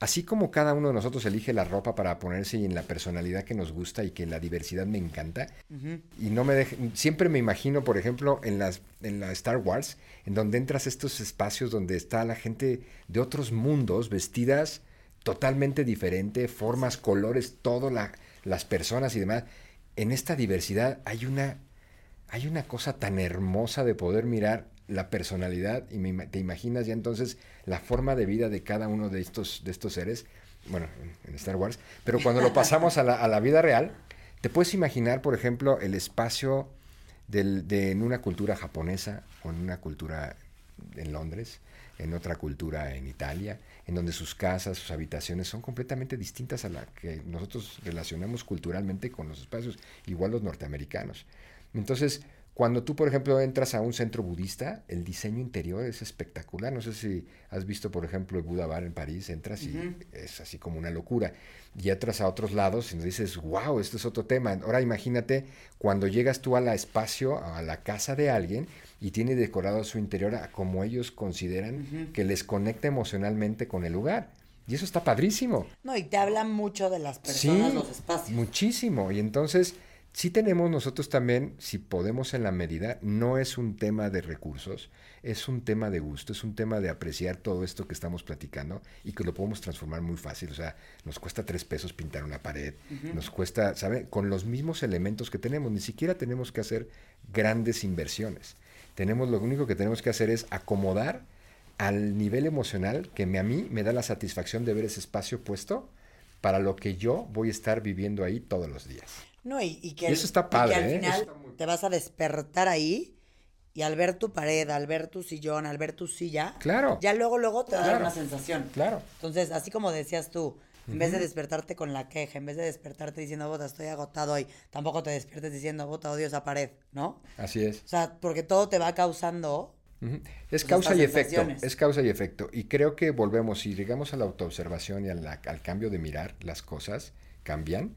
así como cada uno de nosotros elige la ropa para ponerse y en la personalidad que nos gusta y que la diversidad me encanta, uh-huh. y no me deje, siempre me imagino, por ejemplo, en las en la Star Wars, en donde entras a estos espacios donde está la gente de otros mundos vestidas totalmente diferente, formas, colores, todo, la, las personas y demás. En esta diversidad hay una, hay una cosa tan hermosa de poder mirar la personalidad y me, te imaginas ya entonces la forma de vida de cada uno de estos, de estos seres, bueno, en, en Star Wars, pero cuando lo pasamos a la, a la vida real, te puedes imaginar, por ejemplo, el espacio del, de, en una cultura japonesa o en una cultura en Londres, en otra cultura en Italia, en donde sus casas, sus habitaciones son completamente distintas a la que nosotros relacionamos culturalmente con los espacios, igual los norteamericanos. Entonces, cuando tú, por ejemplo, entras a un centro budista, el diseño interior es espectacular. No sé si has visto, por ejemplo, el Buda Bar en París, entras y uh-huh. es así como una locura. Y entras a otros lados y dices, wow, esto es otro tema. Ahora imagínate cuando llegas tú al espacio, a la casa de alguien y tiene decorado su interior a como ellos consideran uh-huh. que les conecta emocionalmente con el lugar. Y eso está padrísimo. No, y te habla mucho de las personas, sí, los espacios. Muchísimo. Y entonces... sí tenemos nosotros también, si podemos en la medida, no es un tema de recursos, es un tema de gusto, es un tema de apreciar todo esto que estamos platicando y que lo podemos transformar muy fácil. O sea, nos cuesta tres pesos pintar una pared, uh-huh. nos cuesta, ¿sabe? Con los mismos elementos que tenemos, ni siquiera tenemos que hacer grandes inversiones. Tenemos, lo único que tenemos que hacer es acomodar al nivel emocional que me, a mí me da la satisfacción de ver ese espacio puesto para lo que yo voy a estar viviendo ahí todos los días. No, y, y que, y eso está padre, y que al ¿eh? final muy... te vas a despertar ahí y al ver tu pared, al ver tu sillón, al ver tu silla, claro. ya luego, luego te va claro. a dar una sensación. Claro. Entonces, así como decías tú, en uh-huh. vez de despertarte con la queja, en vez de despertarte diciendo, bota, estoy agotado hoy, tampoco te despiertes diciendo, bota, odio esa pared, ¿no? Así es. O sea, porque todo te va causando... Uh-huh. Es pues causa y efecto, es causa y efecto. Y creo que volvemos, si llegamos a la autoobservación y a la, al cambio de mirar, las cosas cambian,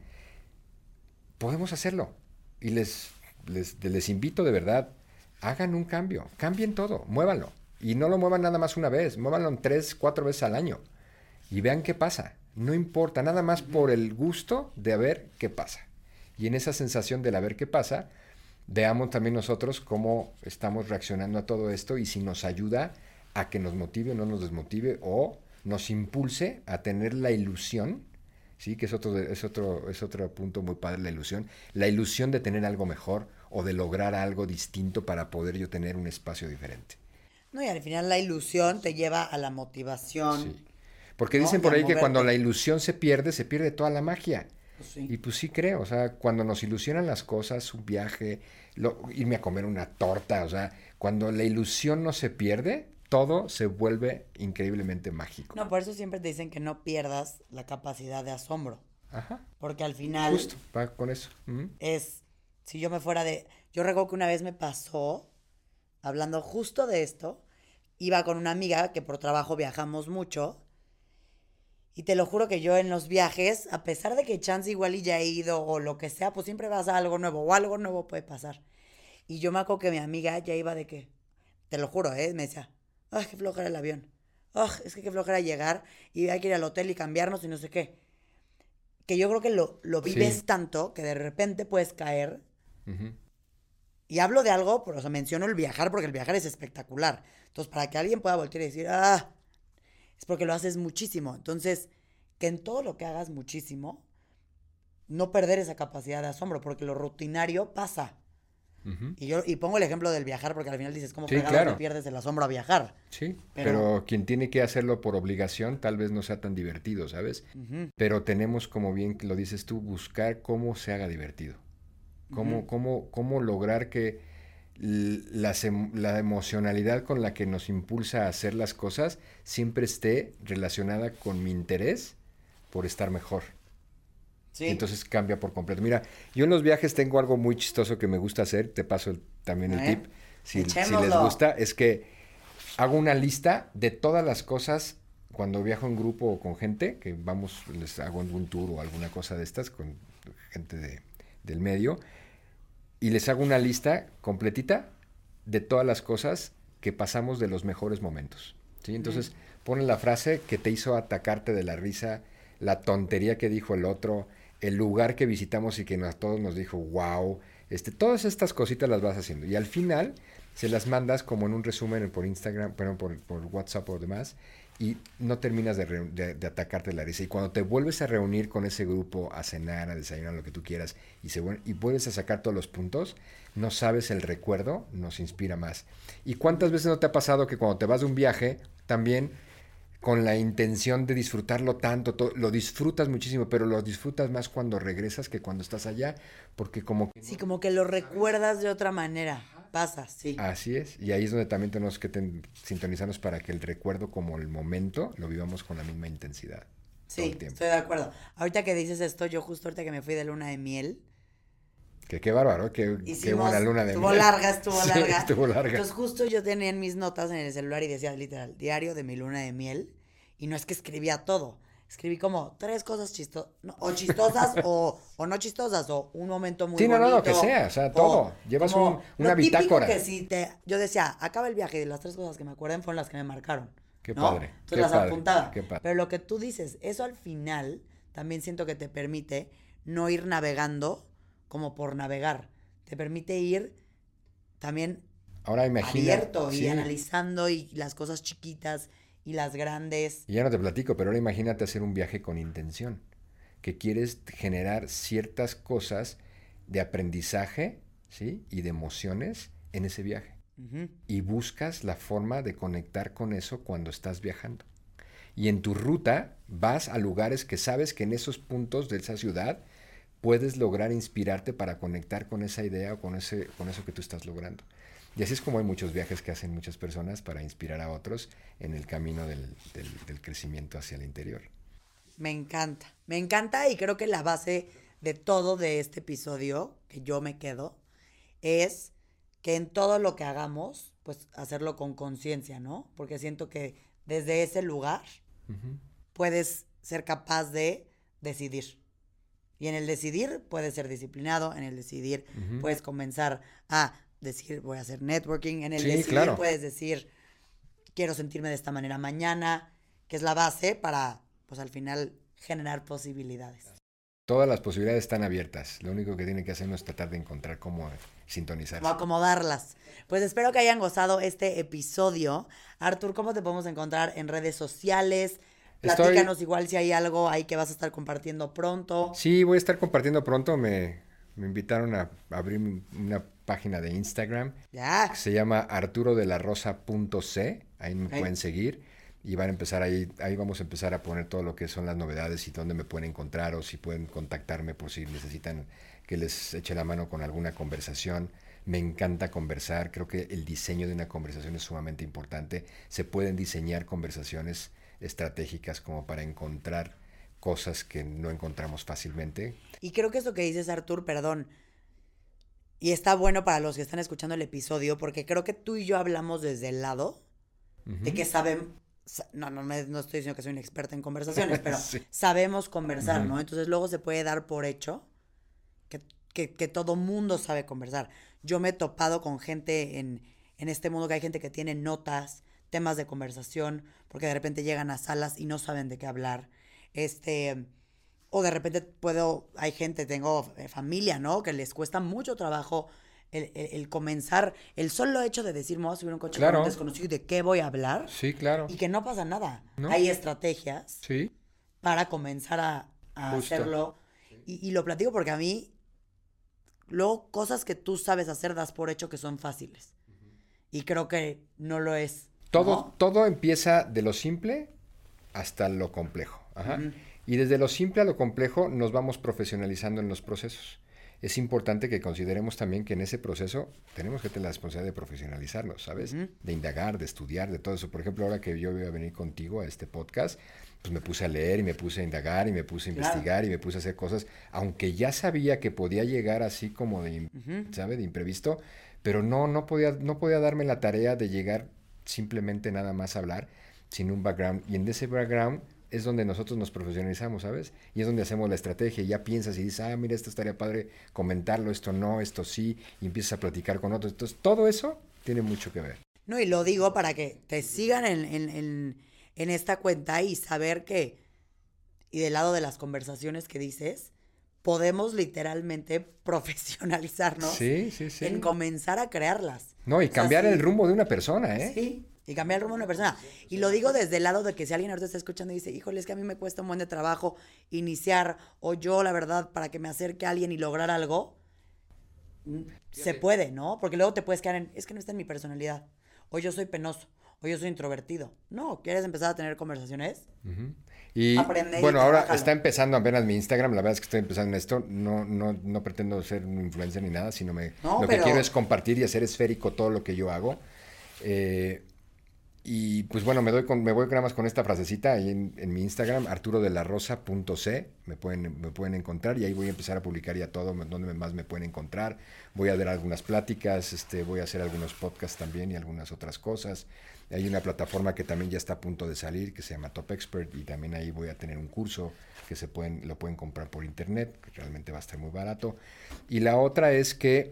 podemos hacerlo. Y les, les, les invito de verdad, hagan un cambio, cambien todo, muévanlo. Y no lo muevan nada más una vez, muévanlo tres, cuatro veces al año. Y vean qué pasa. No importa, nada más por el gusto de ver qué pasa. Y en esa sensación de la ver qué pasa, veamos también nosotros cómo estamos reaccionando a todo esto y si nos ayuda a que nos motive o no nos desmotive o nos impulse a tener la ilusión. Sí, que es otro, es otro, es otro punto muy padre, la ilusión. La ilusión de tener algo mejor o de lograr algo distinto para poder yo tener un espacio diferente. No, y al final la ilusión te lleva a la motivación. Sí. Porque dicen ¿no? por ahí moverte. Que cuando la ilusión se pierde, se pierde toda la magia. Pues sí. Y pues sí creo, o sea, cuando nos ilusionan las cosas, un viaje, lo, irme a comer una torta, o sea, cuando la ilusión no se pierde, todo se vuelve increíblemente mágico. No, por eso siempre te dicen que no pierdas la capacidad de asombro. Ajá. Porque al final... Justo, va con eso. Uh-huh. Es, si yo me fuera de... Yo recuerdo que una vez me pasó, hablando justo de esto, iba con una amiga que por trabajo viajamos mucho, y te lo juro que yo en los viajes, a pesar de que chance igual y ya he ido o lo que sea, pues siempre vas a algo nuevo o algo nuevo puede pasar. Y yo me acuerdo que mi amiga ya iba de que, te lo juro, ¿eh? Me decía... ¡ay, qué flojera el avión! ¡ay, es que qué flojera llegar! Y hay que ir al hotel y cambiarnos y no sé qué. Que yo creo que lo, lo vives sí. tanto que de repente puedes caer. Uh-huh. Y hablo de algo, pero o sea, menciono el viajar porque el viajar es espectacular. Entonces, para que alguien pueda voltear y decir, ¡ah! Es porque lo haces muchísimo. Entonces, que en todo lo que hagas muchísimo, no perder esa capacidad de asombro, porque lo rutinario pasa. Uh-huh. Y yo y pongo el ejemplo del viajar porque al final dices, ¿cómo sí, claro. te pierdes el asombro a viajar? Sí, pero... pero quien tiene que hacerlo por obligación tal vez no sea tan divertido, ¿sabes? Uh-huh. Pero tenemos, como bien lo dices tú, buscar cómo se haga divertido. Cómo, uh-huh. cómo, cómo lograr que la, la emocionalidad con la que nos impulsa a hacer las cosas siempre esté relacionada con mi interés por estar mejor. Sí. Entonces cambia por completo. Mira, yo en los viajes tengo algo muy chistoso que me gusta hacer. Te paso el, también el tip. Si, si les gusta, es que hago una lista de todas las cosas cuando viajo en grupo o con gente, que vamos, les hago algún tour o alguna cosa de estas con gente de, del medio, y les hago una lista completita de todas las cosas que pasamos de los mejores momentos. ¿Sí? Entonces, mm. Pone la frase que te hizo atacarte de la risa, la tontería que dijo el otro, el lugar que visitamos y que a todos nos dijo, wow. Este, todas estas cositas las vas haciendo. Y al final se las mandas como en un resumen por Instagram, bueno, por, por WhatsApp o demás, y no terminas de, de, de atacarte de la risa. Y cuando te vuelves a reunir con ese grupo a cenar, a desayunar, lo que tú quieras, y, se, y vuelves a sacar todos los puntos, no sabes, el recuerdo nos inspira más. ¿Y cuántas veces no te ha pasado que cuando te vas de un viaje, también con la intención de disfrutarlo tanto, to, lo disfrutas muchísimo, pero lo disfrutas más cuando regresas que cuando estás allá, porque como que... Sí, como que lo recuerdas de otra manera. Pasa, sí. Así es, y ahí es donde también tenemos que ten, sintonizarnos para que el recuerdo como el momento lo vivamos con la misma intensidad. Sí, estoy de acuerdo. Ahorita que dices esto, yo justo ahorita que me fui de luna de miel. Que qué bárbaro, qué, qué buena luna de estuvo miel. Larga, estuvo sí, larga, estuvo larga. Entonces justo yo tenía en mis notas en el celular y decía literal, diario de mi luna de miel. Y no es que escribía todo. Escribí como tres cosas chistosas, no, o chistosas o, o no chistosas, o un momento muy sí, no, bonito. no, no, que sea, o sea, todo. Llevas un, una bitácora. Que si te, yo decía, acaba el viaje y las tres cosas que me acuerden fueron las que me marcaron. Qué ¿no? padre. Entonces qué las padre, apuntaba. Qué padre. Pero lo que tú dices, eso al final también siento que te permite no ir navegando como por navegar. Te permite ir también Ahora imagina, abierto y sí. analizando y las cosas chiquitas y las grandes. Y ya no te platico, pero ahora imagínate hacer un viaje con intención, que quieres generar ciertas cosas de aprendizaje, ¿sí? Y de emociones en ese viaje. Uh-huh. Y buscas la forma de conectar con eso cuando estás viajando. Y en tu ruta vas a lugares que sabes que en esos puntos de esa ciudad puedes lograr inspirarte para conectar con esa idea o con, ese, con eso que tú estás logrando. Y así es como hay muchos viajes que hacen muchas personas para inspirar a otros en el camino del, del, del crecimiento hacia el interior. Me encanta, me encanta, y creo que la base de todo de este episodio, que yo me quedo, es que en todo lo que hagamos, pues hacerlo con conciencia, ¿no? Porque siento que desde ese lugar uh-huh. puedes ser capaz de decidir. Y en el decidir puedes ser disciplinado, en el decidir uh-huh. puedes comenzar a decir, voy a hacer networking, en el sí, decidir claro. puedes decir, quiero sentirme de esta manera mañana, que es la base para, pues al final, generar posibilidades. Todas las posibilidades están abiertas. Lo único que tiene que hacer uno es tratar de encontrar cómo sintonizarse. Cómo acomodarlas. Pues espero que hayan gozado este episodio. Artur, ¿cómo te podemos encontrar en redes sociales? Platícanos Estoy... igual si hay algo ahí que vas a estar compartiendo pronto. Sí, voy a estar compartiendo pronto. Me, me invitaron a abrir una página de Instagram. Ya. Que se llama arturo de la rosa punto c. Ahí me okay. pueden seguir. Y van a empezar ahí, ahí vamos a empezar a poner todo lo que son las novedades y dónde me pueden encontrar o si pueden contactarme por si necesitan que les eche la mano con alguna conversación. Me encanta conversar, creo que el diseño de una conversación es sumamente importante. Se pueden diseñar conversaciones estratégicas como para encontrar cosas que no encontramos fácilmente. Y creo que eso que dices, Artur, perdón, y está bueno para los que están escuchando el episodio, porque creo que tú y yo hablamos desde el lado uh-huh. de que sabemos... No, no, no estoy diciendo que soy una experta en conversaciones, pero sí. sabemos conversar, uh-huh. ¿no? Entonces luego se puede dar por hecho que, que, que todo mundo sabe conversar. Yo me he topado con gente en, en este mundo que hay gente que tiene notas, temas de conversación, porque de repente llegan a salas y no saben de qué hablar. Este, o de repente puedo, hay gente, tengo familia, ¿no? Que les cuesta mucho trabajo El, el, el comenzar, el solo hecho de decir, me voy a subir un coche claro. con un desconocido y de qué voy a hablar. Sí, claro. Y que no pasa nada. ¿No? Hay estrategias sí. para comenzar a, a hacerlo. Y, y lo platico porque a mí, luego cosas que tú sabes hacer das por hecho que son fáciles. Uh-huh. Y creo que no lo es. Todo, ¿no? todo empieza de lo simple hasta lo complejo. Ajá. Uh-huh. Y desde lo simple a lo complejo nos vamos profesionalizando en los procesos. Es importante que consideremos también que en ese proceso tenemos que tener la responsabilidad de profesionalizarnos, ¿sabes? Uh-huh. De indagar, de estudiar, de todo eso. Por ejemplo, ahora que yo iba a venir contigo a este podcast, pues me puse a leer y me puse a indagar y me puse a investigar claro. y me puse a hacer cosas, aunque ya sabía que podía llegar así como de, uh-huh. ¿sabe? De imprevisto, pero no, no podía, no podía darme la tarea de llegar simplemente nada más a hablar sin un background. Y en ese background es donde nosotros nos profesionalizamos, ¿sabes? Y es donde hacemos la estrategia. Y ya piensas y dices, ah, mira, esto estaría padre comentarlo, esto no, esto sí, y empiezas a platicar con otros. Entonces, todo eso tiene mucho que ver. No, y lo digo para que te sigan en, en, en, en esta cuenta y saber que, y del lado de las conversaciones que dices, podemos literalmente profesionalizarnos sí, sí, sí. en comenzar a crearlas. No, y cambiar o sea, sí, el rumbo de una persona, ¿eh? Sí, y cambiar el rumbo de una persona. Y lo digo desde el lado de que si alguien ahorita está escuchando y dice, híjole, es que a mí me cuesta un buen de trabajo iniciar, o yo, la verdad, para que me acerque a alguien y lograr algo, se puede, ¿no? Porque luego te puedes quedar en, es que no está en mi personalidad, o yo soy penoso, o yo soy introvertido. No, ¿quieres empezar a tener conversaciones? Uh-huh. Y Aprende y bueno, ahora trabájalo. está empezando apenas mi Instagram, la verdad es que estoy empezando en esto, no, no, no pretendo ser un influencer ni nada, sino me, No, lo pero- que quiero es compartir y hacer esférico todo lo que yo hago. Eh, y pues bueno, me doy con, me voy nada más con esta frasecita ahí en, en mi Instagram, arturo de la rosa punto c, me pueden, me pueden encontrar y ahí voy a empezar a publicar ya todo, donde más me pueden encontrar. Voy a dar algunas pláticas, este, voy a hacer algunos podcasts también y algunas otras cosas. Hay una plataforma que también ya está a punto de salir, que se llama Top Expert, y también ahí voy a tener un curso que se pueden, lo pueden comprar por internet, que realmente va a estar muy barato. Y la otra es que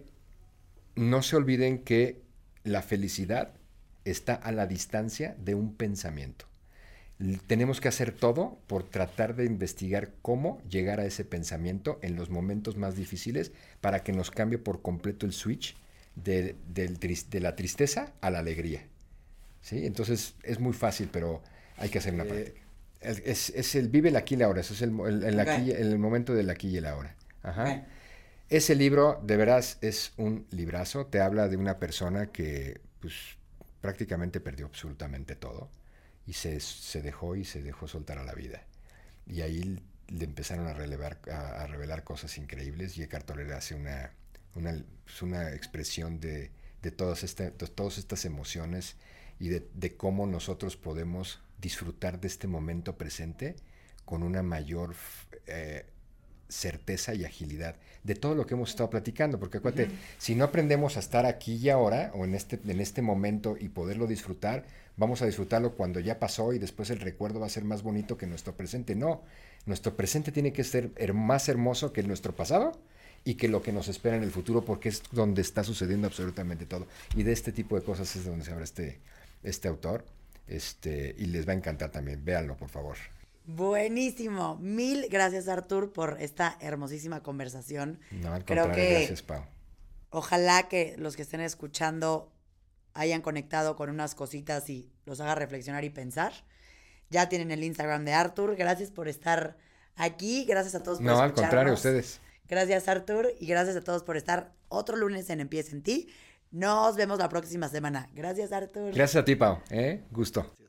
no se olviden que la felicidad está a la distancia de un pensamiento. Tenemos que hacer todo por tratar de investigar cómo llegar a ese pensamiento en los momentos más difíciles para que nos cambie por completo el switch de, del, de la tristeza a la alegría. ¿Sí? Entonces es muy fácil, pero hay que hacer una práctica. Es, es, es el vive el aquí y la ahora, eso es el, el, el, Okay. aquí, el momento del aquí y el ahora. Ajá. Okay. Ese libro, de veras, es un librazo. Te habla de una persona que pues, prácticamente perdió absolutamente todo y se, se dejó y se dejó soltar a la vida. Y ahí le empezaron a, relevar, a, a revelar cosas increíbles y Eckhart Tolle hace una, una, pues una expresión de, de, todas esta, de todas estas emociones y de, de cómo nosotros podemos disfrutar de este momento presente con una mayor eh, certeza y agilidad de todo lo que hemos estado platicando, porque acuérdate, uh-huh. si no aprendemos a estar aquí y ahora o en este, en este momento y poderlo disfrutar, vamos a disfrutarlo cuando ya pasó y después el recuerdo va a ser más bonito que nuestro presente. No, nuestro presente tiene que ser más hermoso que nuestro pasado y que lo que nos espera en el futuro, porque es donde está sucediendo absolutamente todo. Y de este tipo de cosas es donde se habla este, este autor, este, y les va a encantar también. Véanlo, por favor. Buenísimo. Mil gracias, Artur, por esta hermosísima conversación. No, al Creo contrario, que gracias, Pau. Ojalá que los que estén escuchando hayan conectado con unas cositas y los haga reflexionar y pensar. Ya tienen el Instagram de Artur. Gracias por estar aquí. Gracias a todos por No, escucharnos. al contrario, ustedes. Gracias, Artur. Y gracias a todos por estar otro lunes en Empieza en Ti. Nos vemos la próxima semana. Gracias, Artur. Gracias a ti, Pau. ¿Eh? Gusto.